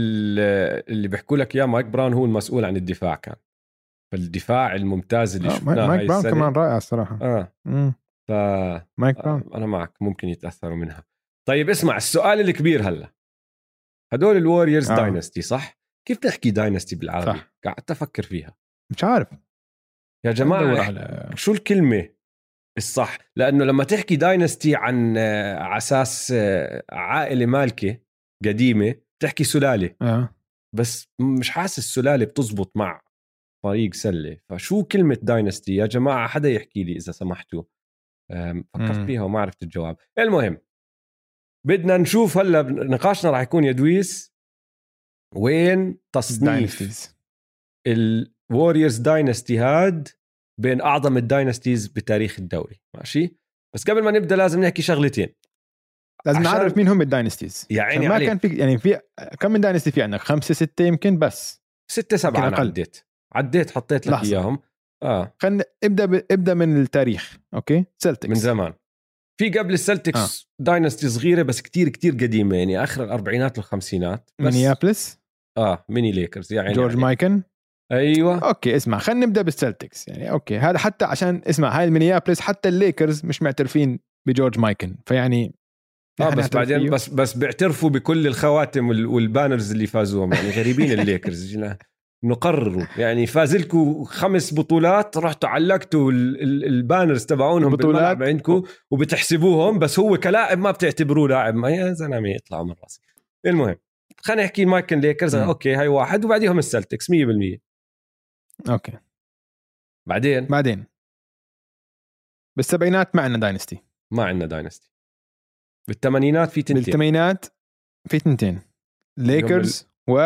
اللي بيحكوا لك يا مايك براون هو المسؤول عن الدفاع، كان فالدفاع الممتاز اللي آه. شفناه مايك هاي براون السنة كمان رائع الصراحة. اه مم. ف مايك براون أنا معك ممكن يتأثروا منها. طيب اسمع السؤال الكبير هلا، هدول الواريورز آه. داينستي صح؟ كيف تحكي داينستي بالعربي؟ صح. قاعد أفكر فيها مش عارف يا جماعة على... شو الكلمة الصح؟ لأنه لما تحكي داينستي عن عساس عائلة مالكة قديمة تحكي سلالة آه. بس مش حاسس السلالة بتزبط مع فريق سلة. فشو كلمة داينستي يا جماعة؟ حدا يحكي لي إذا سمحتوا. فكرت مم. فيها وما عرفت الجواب. المهم بدنا نشوف هلا نقاشنا راح يكون يدويس وين تصنيف الواريورز داينستي هاد بين أعظم الداينستيز بتاريخ الدوري. ماشي، بس قبل ما نبدأ لازم نحكي شغلتين. لازم نعرف مين هم الداينستيز. يعني ما كان في يعني في كم من داينستي في عندك؟ خمسة ستة يمكن، بس ستة سبعة أنا عديت عديت حطيت لك إياهم. آه خلينا ابدأ ب... ابدأ من التاريخ. أوكي سلتكس من زمان. في قبل السلتكس آه. داينستي صغيرة بس كتير كتير قديمة، يعني آخر الأربعينات والخمسينات. مينيابلس آه ميني ليكرز يعني جورج يعني. مايكن. ايوه اوكي اسمع خلينا نبدا بالسلتكس يعني. اوكي هذا حتى عشان اسمع هاي المينيابلس حتى الليكرز مش معترفين بجورج مايكن، فيعني اه بس بعدين بس بس بيعترفوا بكل الخواتم والبانرز اللي فازوهم يعني غريبين الليكرز نقرروا يعني فازلكوا خمس بطولات رحتوا علقتوا البانرز تبعونهم بالملعب عندكم وبتحسبوهم بس هو كلاعب ما بتعتبروه لاعب ما يا زلمه يطلع من راسي. المهم خلينا نحكي مايكل ليكرز اوكي هاي واحد وبعديهم السلتكس مية بالمية. اوكي بعدين بعدين بالسبعينات ما عندنا داينستي ما عندنا داينستي. بالثمانينات في تنتين بالثمانينات في تنتين ليكرز و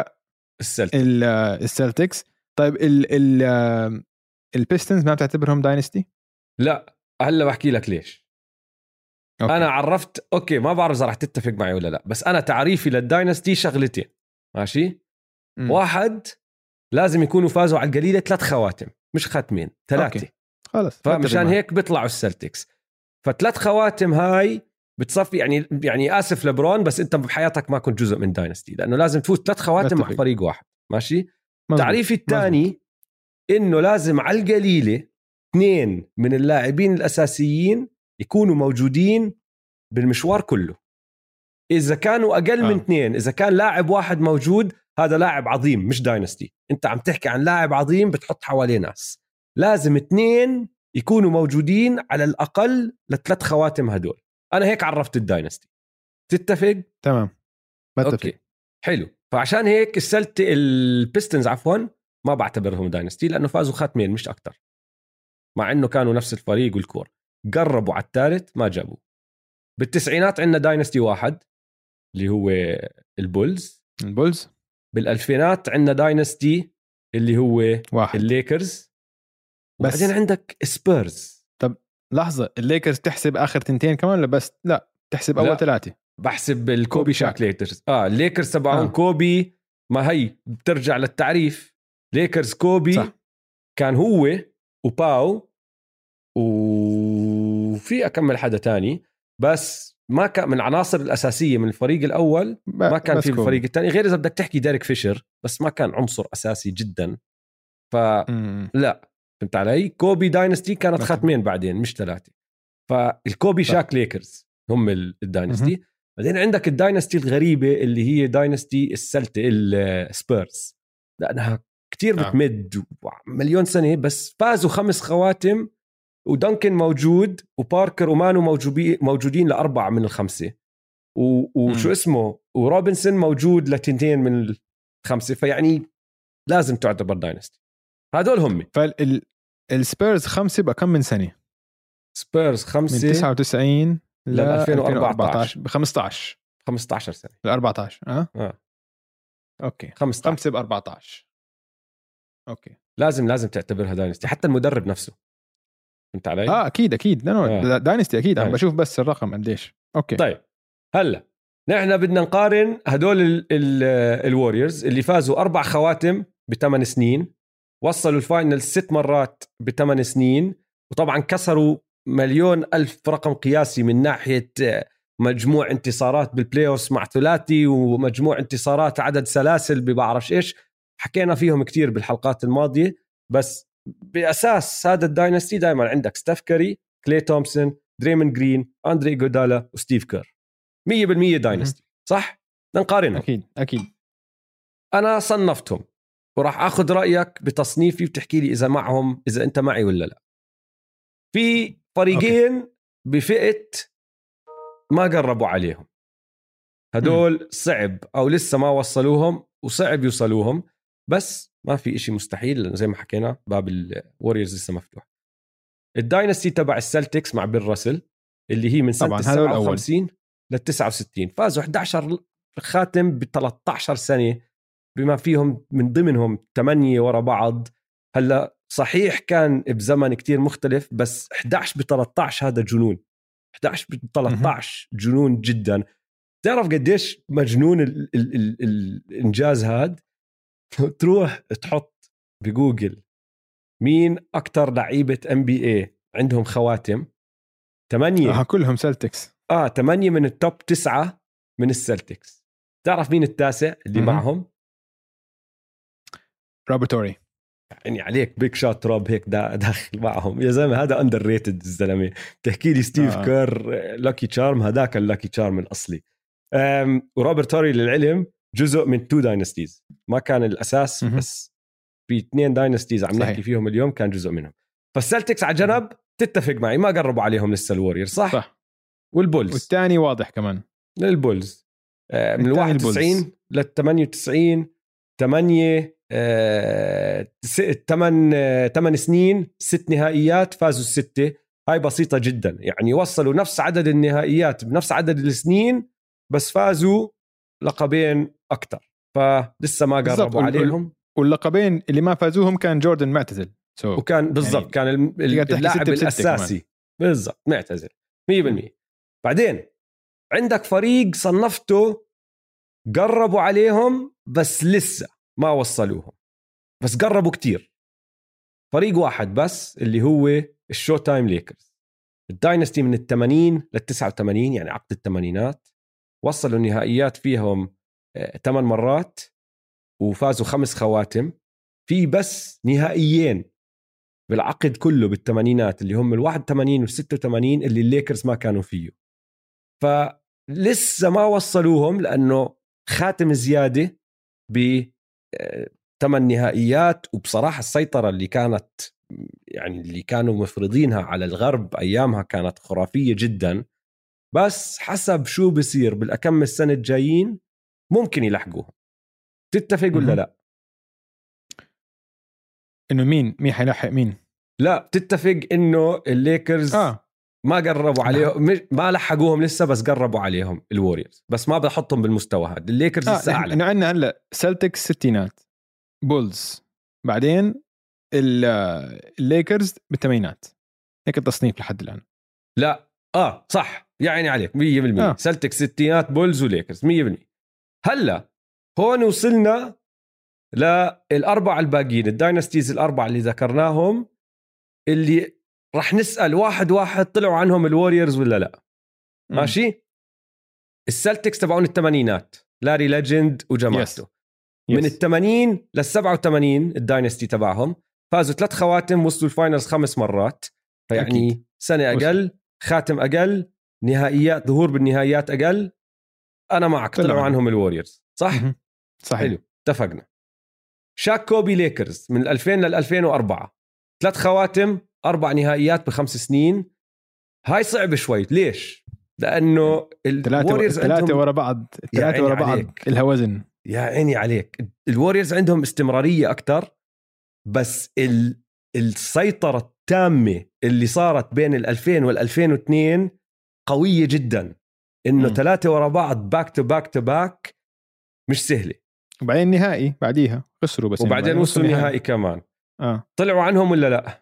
السلتكس. طيب ال ال البيستنز ما بتعتبرهم داينستي؟ لا هلا بحكي لك ليش. أوكي. انا عرفت اوكي ما بعرف اذا رح تتفق معي ولا لا بس انا تعريفي للداينستي شغلتين ماشي. م. واحد لازم يكونوا فازوا على القليله ثلاث خواتم مش ختمين ثلاثه خلص فمشان هيك بيطلعوا السلتكس. فثلاث خواتم هاي بتصفي يعني يعني اسف لبرون بس انت بحياتك ما كنت جزء من داينستي لانه لازم تفوت ثلاث خواتم مع فريق واحد ماشي. تعريفي الثاني انه لازم على القليله اثنين من اللاعبين الاساسيين يكونوا موجودين بالمشوار كله. اذا كانوا اقل آه. من اثنين اذا كان لاعب واحد موجود هذا لاعب عظيم مش داينستي. انت عم تحكي عن لاعب عظيم بتحط حواليه ناس لازم اثنين يكونوا موجودين على الاقل لثلاث خواتم هدول. انا هيك عرفت الداينستي. تتفق؟ تمام بتفق. اوكي حلو. فعشان هيك السلت البيستنز عفوا ما بعتبرهم داينستي لانه فازوا ختمين مش اكتر مع انه كانوا نفس الفريق والكور قربوا على الثالث ما جابوا. بالتسعينات عندنا داينستي واحد اللي هو البولز البولز. بالالفينات عندنا داينستي اللي هو واحد. الليكرز. بس بعدين عندك سبيرز. طب لحظه الليكرز تحسب اخر تنتين كمان ولا بس لا تحسب اول ثلاثه؟ بحسب الكوبي شاك ليكرز. اه الليكرز تبعون آه. كوبي ما هي بترجع للتعريف ليكرز كوبي صح. كان هو وباو وفي أكمل حدا تاني بس ما كان من العناصر الأساسية من الفريق الأول ما كان في الفريق الثاني غير إذا بدك تحكي ديريك فيشر بس ما كان عنصر أساسي جدا فلا فهمت علي. كوبي داينستي كانت ختمين بعدين مش ثلاثة. فالكوبي صح. شاك ليكرز هم الداينستي. بعدين عندك الداينستي الغريبة اللي هي داينستي السلت السبيرز لأنها كتير بتمد مليون سنة بس فازوا خمس خواتم ودانكن موجود وباركر ومانو موجودين موجودين لأربعة من الخمسة وشو اسمه وروبنسون موجود لتنتين من الخمسة فيعني لازم تعتبر داينستي. هذول هم. فالسبيرز خمسة بقى كم من سنة؟ سبيرز خمسة من تسعة وتسعين ل ألفين وأربعتاشر ب خمستاشر خمستاشر سنة ل أربعتاشر اه اه اوكي خمستاشر. خمسة ب أربعتاشر اوكي لازم لازم تعتبرها داينستي حتى المدرب نفسه. فهمت علي؟ اه اكيد اكيد لانه آه. داينستي اكيد عم بشوف بس الرقم قديش. اوكي طيب هلا نحن بدنا نقارن هدول الواريورز اللي فازوا اربع خواتم بثمان سنين وصلوا الفاينل ست مرات بثمان سنين وطبعا كسروا مليون ألف رقم قياسي من ناحية مجموع انتصارات بالبلاي اوف مع ثلاثي ومجموع انتصارات عدد سلاسل ببعرفش ايش حكينا فيهم كتير بالحلقات الماضية. بس بأساس هذا الداينستي دائما عندك ستيف كاري كلي تومسون دريمون جرين أندري إيغودالا وستيف كير مية بالمية داينستي صح؟ نقارنهم أكيد أكيد. أنا صنفتهم وراح أخذ رأيك بتصنيفي وتحكي لي إذا معهم إذا أنت معي ولا لا. في فريقين أوكي. بفئة ما قربوا عليهم هدول م. صعب أو لسه ما وصلوهم وصعب يوصلوهم بس ما في إشي مستحيل لأنه زي ما حكينا باب الواريورز لسه مفتوح. الداينستي تبع السلتكس مع بيل راسل اللي هي من سنة سبعة وخمسين لل تسعة وستين فازوا إحدى عشر خاتم ب ثلاثة عشر سنة بما فيهم من ضمنهم ثمانية ورا بعض. هلا صحيح كان بزمن كتير مختلف بس إحدى عشر ب ثلاثة عشر هذا جنون. إحدى عشر ب ثلاثة عشر جنون جدا. تعرف قديش مجنون ال ال ال ال الإنجاز هاد؟ تروح تحط بجوجل مين أكتر لعيبة إن بي إيه عندهم خواتم ثمانية آه كلهم سلتكس آه ثمانية من التوب تسعة من السلتكس. تعرف مين التاسع اللي م-م. معهم؟ روبرت توري يعني عليك بيك شوت روب هيك دا داخل معهم يا زلمه. هذا اندر ريتد الزلمه. تحكي لي ستيف آه. كير لاكي تشارم، هذاك اللاكي تشارم الاصلي. وروبرت هوري للعلم جزء من تو داينستيز، ما كان الاساس م-م. بس في اثنين داينستيز عم صحيح. نحكي فيهم اليوم كان جزء منهم. فالسلتكس على جنب تتفق معي ما قربوا عليهم لسه الوريور صح؟ صح. والبولز والثاني واضح كمان البولز من ال واحد وتسعين لل ثمانية وتسعين ثمانية ثمان ثمان سنين ست نهائيات فازوا الستة. هاي بسيطة جدا يعني وصلوا نفس عدد النهائيات بنفس عدد السنين بس فازوا لقبين أكتر، فلسه ما قربوا عليهم. واللقبين اللي ما فازوهم كان جوردن معتزل so وكان بالضبط يعني كان اللاعب الأساسي بالضبط معتزل مية بالمية. بعدين عندك فريق صنفته قربوا عليهم بس لسه ما وصلوهم، بس قربوا كتير. فريق واحد بس اللي هو الشو تايم ليكرز. الداينستي من الثمانين للتسعة وثمانين يعني عقد الثمانينات، وصلوا النهائيات فيهم ثمان مرات وفازوا خمس خواتم. في بس نهائيين بالعقد كله بالثمانينات اللي هم الواحد وثمانين والستة وثمانين اللي الليكرز ما كانوا فيه. فلسه ما وصلوهم لأنه خاتم زيادة ب ثمان نهائيات. وبصراحة السيطرة اللي كانت يعني اللي كانوا مفرضينها على الغرب أيامها كانت خرافية جدا. بس حسب شو بصير بالأكم السنة الجايين ممكن يلحقوهم. تتفق ولا لا؟ إنه مين مين حيلحق مين؟ لا تتفق إنه الليكرز آه. ما قربوا عليهم، ما لحقوهم لسه بس قربوا عليهم الواريورز، بس ما بحطهم بالمستوى هذا. الليكرز آه. لسه أعلى. إنه عندنا هلا سلتكس ستينات، بولز، بعدين الليكرز بالثمانينات، هيك التصنيف لحد الآن. لا آه صح يعني عليك مية بالمية. آه. سلتك ستينات بولز وليكرز مية بالمية. هلا هون وصلنا للأربعة الباقيين الداينستيز الأربعة اللي ذكرناهم اللي رح نسأل واحد واحد طلعوا عنهم الواريورز ولا لا. م. ماشي. السلتكس تبعون الثمانينات لاري ليجند وجماعته. yes. من yes. الثمانين للسبعة وثمانين الداينستي تبعهم فازوا ثلاث خواتم، وصلوا الفاينلز خمس مرات. فيعني أكيد. سنة أقل وصل. خاتم أقل، نهائيات ظهور بالنهائيات أقل. أنا معك طلعوا, طلعوا عنهم الواريورز صح؟ م- صحيح. حلو اتفقنا. شاك كوبي ليكرز من ألفين لل ألفين وأربعة ثلاث خواتم أربع نهائيات بخمس سنين. هاي صعب شوي. ليش؟ لأنه الواريورز ثلاثة ورا بعض ثلاثة ورا بعض إلها وزن. يا عيني عليك. الواريورز عندهم استمرارية أكتر، بس ال... السيطرة التامة اللي صارت بين الألفين والألفين واثنين قوية جدا. إنه ثلاثة ورا بعض باك تو باك تو باك مش سهلة. وبعدين نهائي بعديها خسروا بس وبعدين يعني وصلوا نهائي. نهائي كمان. آه. طلعوا عنهم ولا لا؟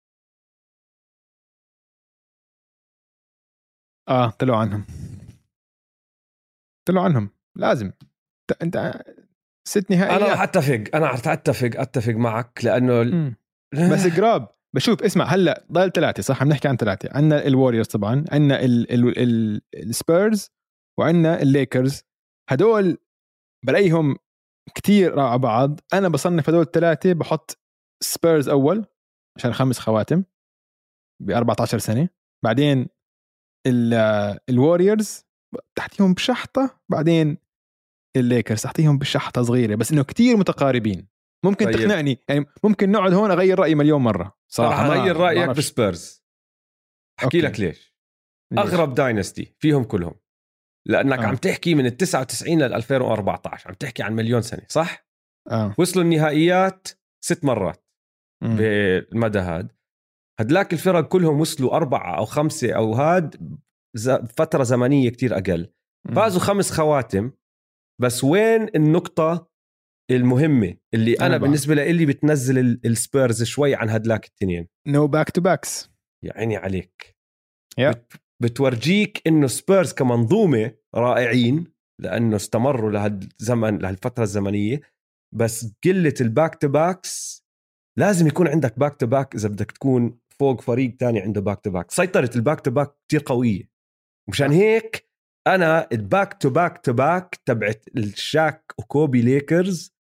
آه طلعوا عنهم طلعوا عنهم لازم. انت ست نهائيات. انا اتفق انا اتفق اتفق معك لانه ال... بس قراب. بشوف اسمع هلا ضل ثلاثه صح، عم نحكي عن ثلاثه. عندنا الواريورز طبعا، عندنا السبيرز، وعندنا الليكرز. هدول بلاقيهم كتير على بعض. انا بصنف هدول الثلاثه بحط سبيرز اول عشان خمس خواتم ب أربعة عشر سنه. بعدين الواريورز تحتيهم بشحطه، بعدين الليكرز تحتيهم بشحطه صغيره، بس انه كتير متقاربين. ممكن طيب. تقنعني يعني، ممكن نقعد هون اغير رايي مليون مره صراحه. اغير رايك بسبيرز. احكي لك ليش. ليش اغرب داينستي فيهم كلهم، لانك آه. عم تحكي من التسعة وتسعين لل ألفين وأربعة عشر، عم تحكي عن مليون سنه صح. آه. وصلوا النهائيات ست مرات م. بالمدى هاد. هدلاك الفرق كلهم وصلوا أربعة أو خمسة أو هاد فترة زمنية كتير أقل. فازوا خمس خواتم. بس وين النقطة المهمة اللي أنا, أنا بالنسبة لي بتنزل السبيرز شوي عن هدلاك التنين؟ نو باك تو باكس. يا عيني عليك. yeah. بت بتورجيك إنه سبيرز كمنظومة رائعين لأنه استمروا لهالزمن لهالفترة الزمنية، بس قلة الباك تو باكس. لازم يكون عندك باك تو باك إذا بدك تكون فوق فريق تاني عنده باك تو باك. سيطرة الباك تو باك كتير قوية، مشان هيك أنا الباك تو باك تو باك تبعت الشاك وكوبي ليكرز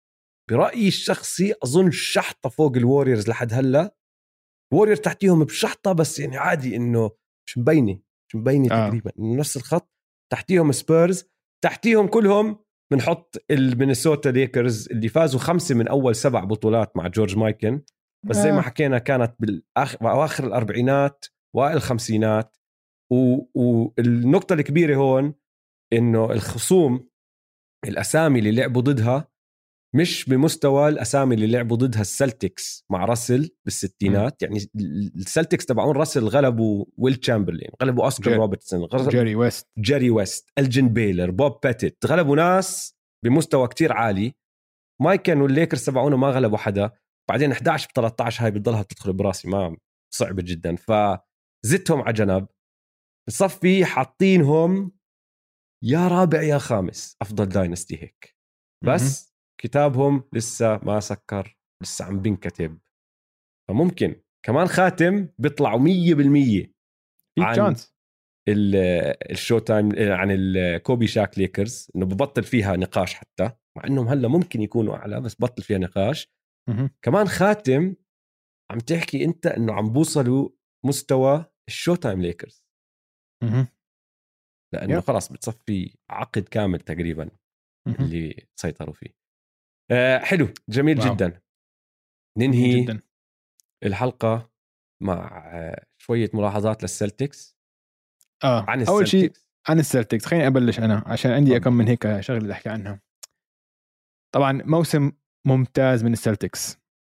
برأيي الشخصي أظن شحطة فوق الواريورز لحد هلا. واريور تحتيهم بشحطة بس يعني عادي إنه مش مبينة مش مبينة آه. تقريبا نفس الخط. تحتيهم سبيرز، تحتيهم كلهم بنحط المينيسوتا ليكرز اللي فازوا خمسة من أول سبع بطولات مع جورج مايكن. بس زي ما آه. حكينا كانت بالآخر الأربعينات والخمسينات. والنقطة الكبيرة هون إنه الخصوم الأسامي اللي لعبوا ضدها مش بمستوى الأسامي اللي لعبوا ضدها السلتكس مع راسل بالستينات. م. يعني السلتكس تبعون راسل غلبوا ويل تشامبرلين، غلبوا أوسكار جير... روبرتسون، غلبوا جيري ويست جيري ويست ألجين بيلر، بوب باتيت، غلبوا ناس بمستوى كتير عالي. مايكن والليكرز تبعونه ما غلبوا حدا. بعدين إحدى عشر ب ثلاثة عشر هاي بتضلها تدخل براسي، ما صعبة جدا. فزتهم على جنب بصفي حاطينهم يا رابع يا خامس أفضل داينستي هيك. بس م- كتابهم لسه ما سكر، لسه عم بنكتب. فممكن كمان خاتم بيطلعوا مية بالمية في عن تشانس الشو تايم، عن الكوبي شاك ليكرز، انه ببطل فيها نقاش حتى مع انهم هلا ممكن يكونوا اعلى بس بطل فيها نقاش. م- كمان خاتم عم تحكي انت انه عم بوصلوا مستوى الشو تايم ليكرز، م- لانه yep. خلاص بتصفي عقد كامل تقريبا م- اللي سيطروا فيه. آه حلو، جميل واو. جدا. جميل ننهي جدا الحلقة مع شوية ملاحظات للسلتكس. اه عن اول شيء السلتكس عن السلتكس خليني ابلش انا عشان عندي طبعا. كم من هيك شغله اللي احكي عنها. طبعا موسم ممتاز من السلتكس.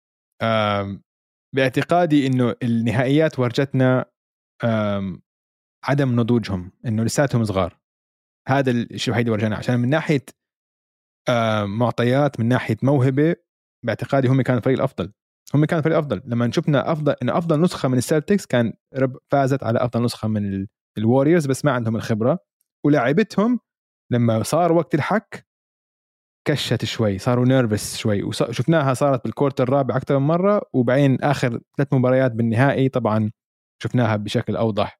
باعتقادي انه النهائيات ورجتنا عدم نضوجهم، انه لساتهم صغار. هذا الشيء الوحيد اللي ورجانا، عشان من ناحيه معطيات، من ناحيه موهبه، باعتقادي هم كانوا الفريق الافضل. هم كانوا الفريق الافضل لما شفنا افضل انه افضل نسخه من السلتكس كان رب فازت على افضل نسخه من الواريورز، بس ما عندهم الخبره. ولاعبتهم لما صار وقت الحك كشت شوي، صاروا نيرفس شوي، وشفناها صارت بالكورتر الرابع اكثر من مره. وبعدين اخر ثلاث مباريات بالنهائي طبعا شفناها بشكل اوضح.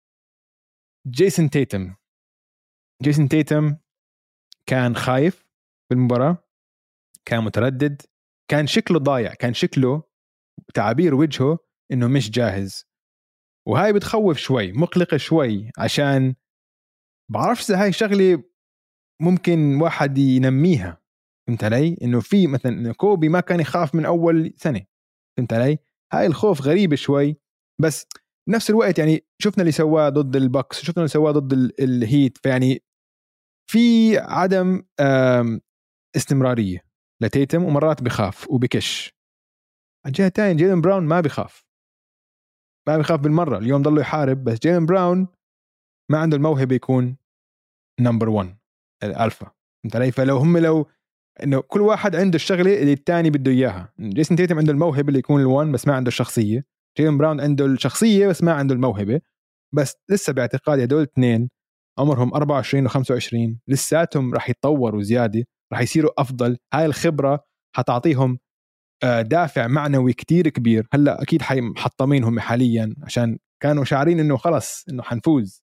جيسون تيتم جيسون تيتم كان خايف بالمباراه، كان متردد، كان شكله ضايع، كان شكله تعابير وجهه انه مش جاهز. وهاي بتخوف شوي، مقلقه شوي، عشان بعرفش اذا هاي شغله ممكن واحد ينميها. فهمت علي؟ انه في مثلا كوبي ما كان يخاف من اول سنه. فهمت علي؟ هاي الخوف غريبه شوي. بس بنفس الوقت يعني شفنا اللي سواه ضد البكس، شفنا اللي سواه ضد الهيت. فيعني في عدم استمراريه لتيتم، ومرات بخاف وبكش. على الجهه الثانيه جيلن براون ما بخاف، ما بخاف بالمره. اليوم ضله يحارب، بس جيلن براون ما عنده الموهبه يكون نمبر واحد الالفا. فهمت علي؟ فلو هم لو انه كل واحد عنده الشغله اللي الثاني بده اياها. جيسون تيتم عنده الموهبه اللي يكون الوان بس ما عنده الشخصيه. جيلن براون عنده الشخصيه بس ما عنده الموهبه. بس لسه باعتقادي هدول الاثنين عمرهم أربعة وعشرين وخمسة وعشرين، لساتهم راح يتطوروا زياده، راح يصيروا افضل. هاي الخبره حتعطيهم دافع معنوي كتير كبير. هلا اكيد حيحطمينهم حاليا عشان كانوا شاعرين انه خلص انه حنفوز،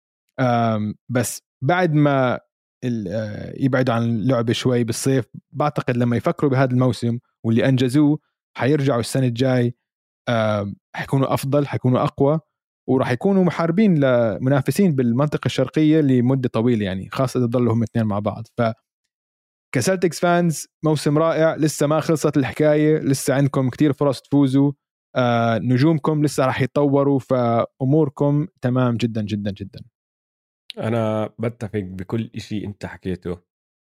بس بعد ما يبعدوا عن اللعبه شوي بالصيف، بعتقد لما يفكروا بهذا الموسم واللي انجزوه حيرجعوا السنه الجاي حيكونوا افضل، حيكونوا اقوى، وراح يكونوا محاربين لمنافسين بالمنطقه الشرقيه لمده طويله، يعني خاصه اذا ضلوا هم اثنين مع بعض. ف كسلتكس فانز موسم رائع، لسه ما خلصت الحكايه، لسه عندكم كتير فرص تفوزوا. آه نجومكم لسه راح يتطوروا، فاموركم تمام جدا جدا جدا. انا بتفق بكل إشي انت حكيته.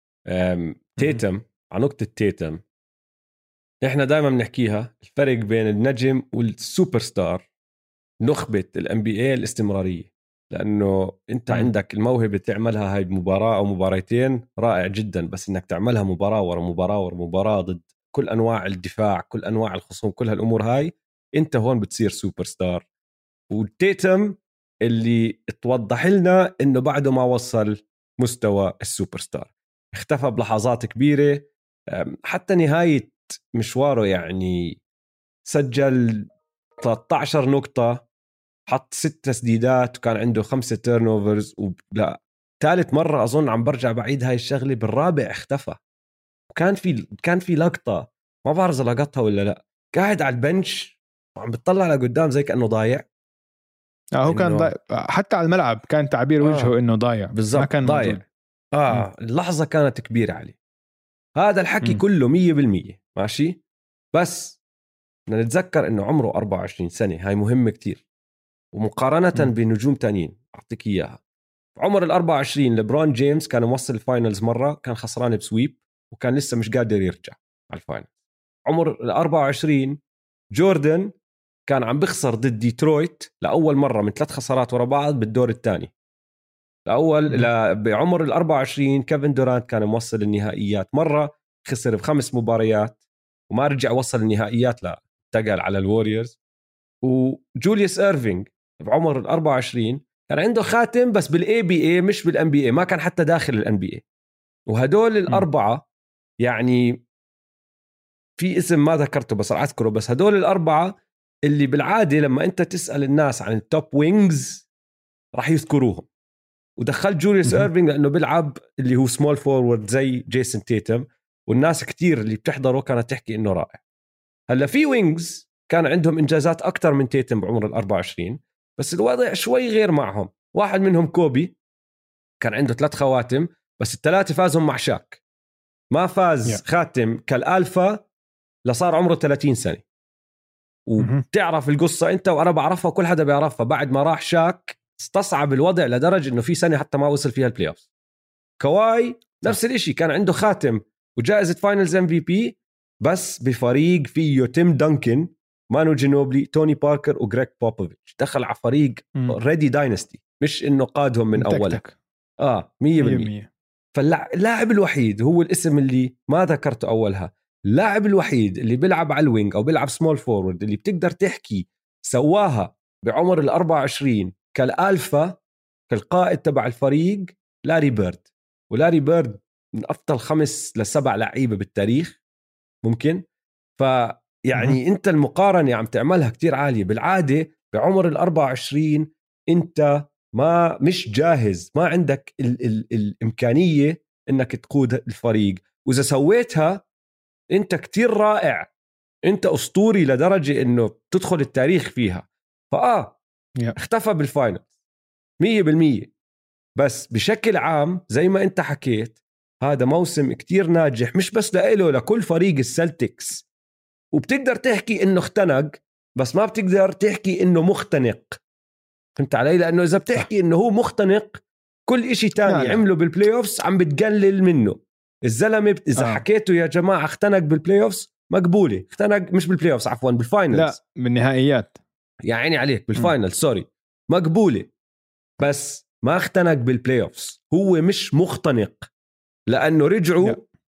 تيتم، على نقطه تيتم احنا دائما بنحكيها، الفرق بين النجم والسوبر ستار نخبه الام بي اي الاستمراريه. لانه انت م. عندك الموهبه تعملها هاي بمباراه او مباراتين رائع جدا، بس انك تعملها مباراه ورا مباراه ورا مباراه ضد كل انواع الدفاع، كل انواع الخصوم، كل هالامور هاي، انت هون بتصير سوبر ستار. والتيتم اللي اتوضح لنا انه بعده ما وصل مستوى السوبر ستار، اختفى بلحظات كبيره. حتى نهايه مشواره يعني سجل ثلاثة عشر نقطه، حط ست تسديدات، وكان عنده خمسة تيرن اوفرز. ولا ثالث مرة أظن عم برجع بعيد هاي الشغلة، بالرابع اختفى. وكان في كان في لقطه ما بعرف اذا لقطها ولا لا، قاعد على البنش وعم بتطلع لقدام زي كانه ضايع. اه هو كان ضايع حتى على الملعب، كان تعبير وجهه آه. انه ضايع بالضبط، ما كان ضايع. موجود. اه م. اللحظه كانت كبيره عليه. هذا الحكي م. كله مية بالمية ماشي، بس بدنا نتذكر انه عمره أربعة وعشرين سنه، هاي مهمه كتير، ومقارنه م. بنجوم تانيين اعطيك اياها. عمر ال أربعة وعشرين لبرون جيمس كان موصل الفاينلز مره، كان خسران بسويب وكان لسه مش قادر يرجع على الفاينل. عمر ال أربعة وعشرين جوردن كان عم بخسر ضد ديترويت لاول مره من ثلاث خسارات ورا بعض بالدور الثاني. الاول ل... بعمر ال أربعة وعشرين كيفن دورانت كان موصل النهائيات مره، خسر بخمس مباريات وما رجع وصل النهائيات، لا تقل على الواريورز. وجوليوس إيرفينغ بعمر ال أربعة وعشرين كان عنده خاتم بس بالاي بي اي مش بالان بي اي، ما كان حتى داخل الان بي اي. وهدول الاربعه يعني في اسم ما ذكرته بس راح اذكره، بس هدول الاربعه اللي بالعاده لما انت تسال الناس عن التوب وينجز راح يذكروهم. ودخلت جوليوس إيرفينغ لانه بيلعب اللي هو سمول فورورد زي جيسون تيتم، والناس كتير اللي بتحضره كانت تحكي انه رائع. هلا في وينجز كان عندهم انجازات اكثر من تيتم بعمر ال أربعة وعشرين، بس الوضع شوي غير معهم. واحد منهم كوبي كان عنده ثلاث خواتم بس الثلاثه فازهم مع شاك، ما فاز yeah. خاتم كالالفا لصار عمره ثلاثين سنه. وبتعرف القصه انت وانا بعرفها وكل حدا بيعرفها، بعد ما راح شاك استصعب الوضع لدرجه انه في سنه حتى ما وصل فيها البلاي اوف. كواي نفس الاشي، كان عنده خاتم وجائزه فاينلز ام في بي بس بفريق فيه تيم دانكن، مانو جينوبلي، توني باركر وغريك بوبوفيتش. دخل على فريق ريدي داينستي، مش انه قادهم من اولها. اه مية بالمية. فاللاعب الوحيد هو الاسم اللي ما ذكرته اولها، اللاعب الوحيد اللي بيلعب على الوينج او بيلعب سمول فورورد اللي بتقدر تحكي سواها بعمر ال أربعة وعشرين كالالفا كالقائد تبع الفريق، لاري بيرد. ولاري بيرد من افضل خمس لسبع لعيبه بالتاريخ ممكن. فيعني انت المقارنه عم تعملها كتير عاليه. بالعاده بعمر ال أربعة وعشرين انت ما مش جاهز، ما عندك ال ال الامكانيه انك تقود الفريق، واذا سويتها انت كتير رائع، انت اسطوري لدرجه انه تدخل التاريخ فيها. فاه yeah. اختفى بالفاينل مية بالمية. بس بشكل عام زي ما انت حكيت هذا موسم كتير ناجح، مش بس لإله، لكل فريق السلتكس. وبتقدر تحكي انه اختنق بس ما بتقدر تحكي انه مختنق، فهمت علي؟ لانه اذا بتحكي انه هو مختنق كل اشي تاني عمله بالبلاي اوفس عم بتقلل منه. الزلمه بت... اذا آه. حكيته يا جماعه اختنق بالبلاي اوفس مقبوله، اختنق مش بالبلاي اوفس عفوا بالفاينلز، لا بالنهائيات يا عيني عليك بالفاينل سوري مقبوله، بس ما اختنق بالبلاي اوفس. هو مش مختنق لانه رجعوا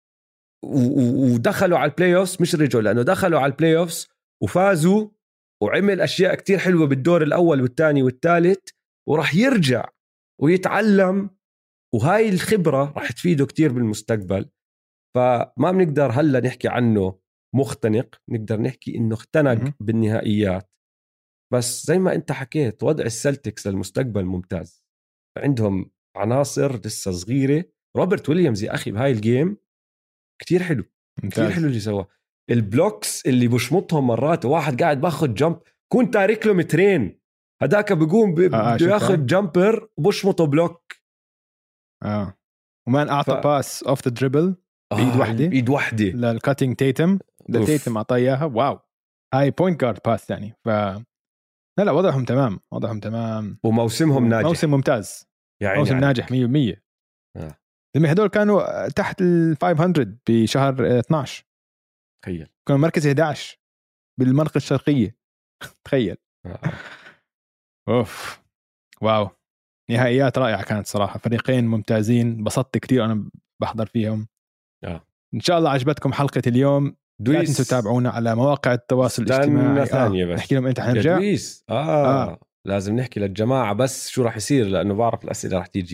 و... ودخلوا على البلاي اوفس، مش رجعوا لانه دخلوا على البلاي اوفس وفازوا وعمل اشياء كتير حلوه بالدور الاول والثاني والثالث، وراح يرجع ويتعلم، وهاي الخبره راح تفيده كتير بالمستقبل. فما بنقدر هلا نحكي عنه مختنق، نقدر نحكي انه اختنق بالنهائيات. بس زي ما انت حكيت وضع السلتكس للمستقبل ممتاز، عندهم عناصر لسه صغيره. روبرت ويليامز يا اخي بهاي الجيم كتير حلو، كتير حلو اللي سواه. البلوكس اللي بشمطهم مرات، واحد قاعد باخد جمب كون تارك له مترين، هداك بيقوم بده آه ياخد جامبر وبشمطه بلوك. اه ومان اعطى ف... باس اوف ذا دريبل بايد واحده بايد واحده للكاتينج تيتم، ده تيتم اعطاه اياها. واو هاي بوينت جارد باس يعني. ف لا لا وضعهم تمام، وضعهم تمام، وموسمهم ناجح، موسم ممتاز يعني، موسم عليك. ناجح مية بالمية. آه. لما هدول كانوا تحت ال خمسمية بشهر اثناشر، تخيل كانوا مركز إحدى عشر بالمنطقة الشرقية. تخيل. آه. اوف واو، نهائيات رائعة كانت صراحة، فريقين ممتازين، بسطت كتير أنا بحضر فيهم. آه. إن شاء الله عجبتكم حلقة اليوم. لا تنسوا تتابعونا على مواقع التواصل الاجتماعي. ثانية بس نحكي لهم أنت حنرجع. آه. آه. لازم نحكي للجماعة بس شو راح يصير، لأنه بعرف الأسئلة راح تيجي.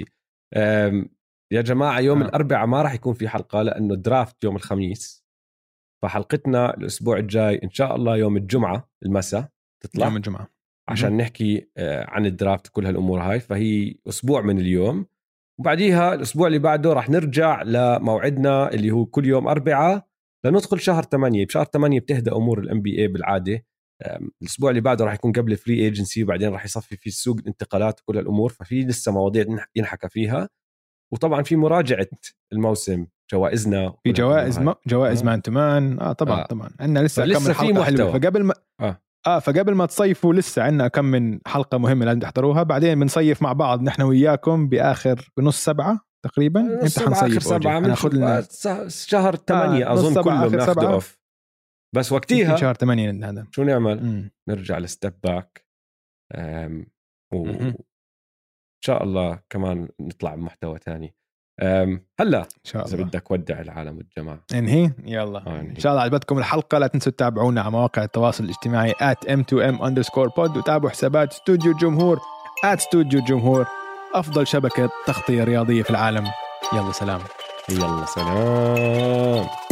يا جماعة يوم آه. الأربعاء ما راح يكون في حلقة لأنه درافت يوم الخميس، فحلقتنا الأسبوع الجاي إن شاء الله يوم الجمعة المساء تطلع، يوم الجمعة عشان م- نحكي عن الدرافت كل هالأمور هاي. فهي أسبوع من اليوم، وبعديها الأسبوع اللي بعده راح نرجع لموعدنا اللي هو كل يوم أربعة لندخل شهر ثمانية. بشهر ثمانية بتهدأ أمور الام بي اي بالعادة. الأسبوع اللي بعده راح يكون قبل فري ايجنسي، وبعدين راح يصفي في سوق الانتقالات وكل الأمور، ففي لسه مواضيع ينحكى فيها. وطبعا في مراجعة الموسم، جوائزنا في جوائز ما جوائز آه. مان تمان اه طبعا آه. طبعا عندنا لسه كم من حلقة حلوة. فقبل ما آه. اه فقبل ما تصيفوا لسه عندنا كم من حلقة مهمة لازم تحضروها. بعدين بنصيف مع بعض نحن وياكم بآخر بنص سبعة تقريبا. نص سبعة آخر سبعة ناخذ لنا شهر ثمانية. آه. أظن كله بناخذ أوف، بس وقتيها شهر ثمانية هذا شو نعمل؟ مم. نرجع لستيب باك وإن شاء الله كمان نطلع بمحتوى تاني. هلا إذا بدك ودع العالم والجماعة انهي يلا آه إن شاء الله عجبتكم الحلقة. لا تنسوا تتابعونا على مواقع التواصل الاجتماعي آت إم تو إم أندرسكور بود، وتابعوا حسابات استوديو الجمهور آت استوديو الجمهور، أفضل شبكة تغطية رياضية في العالم. يلا سلام. يلا سلام.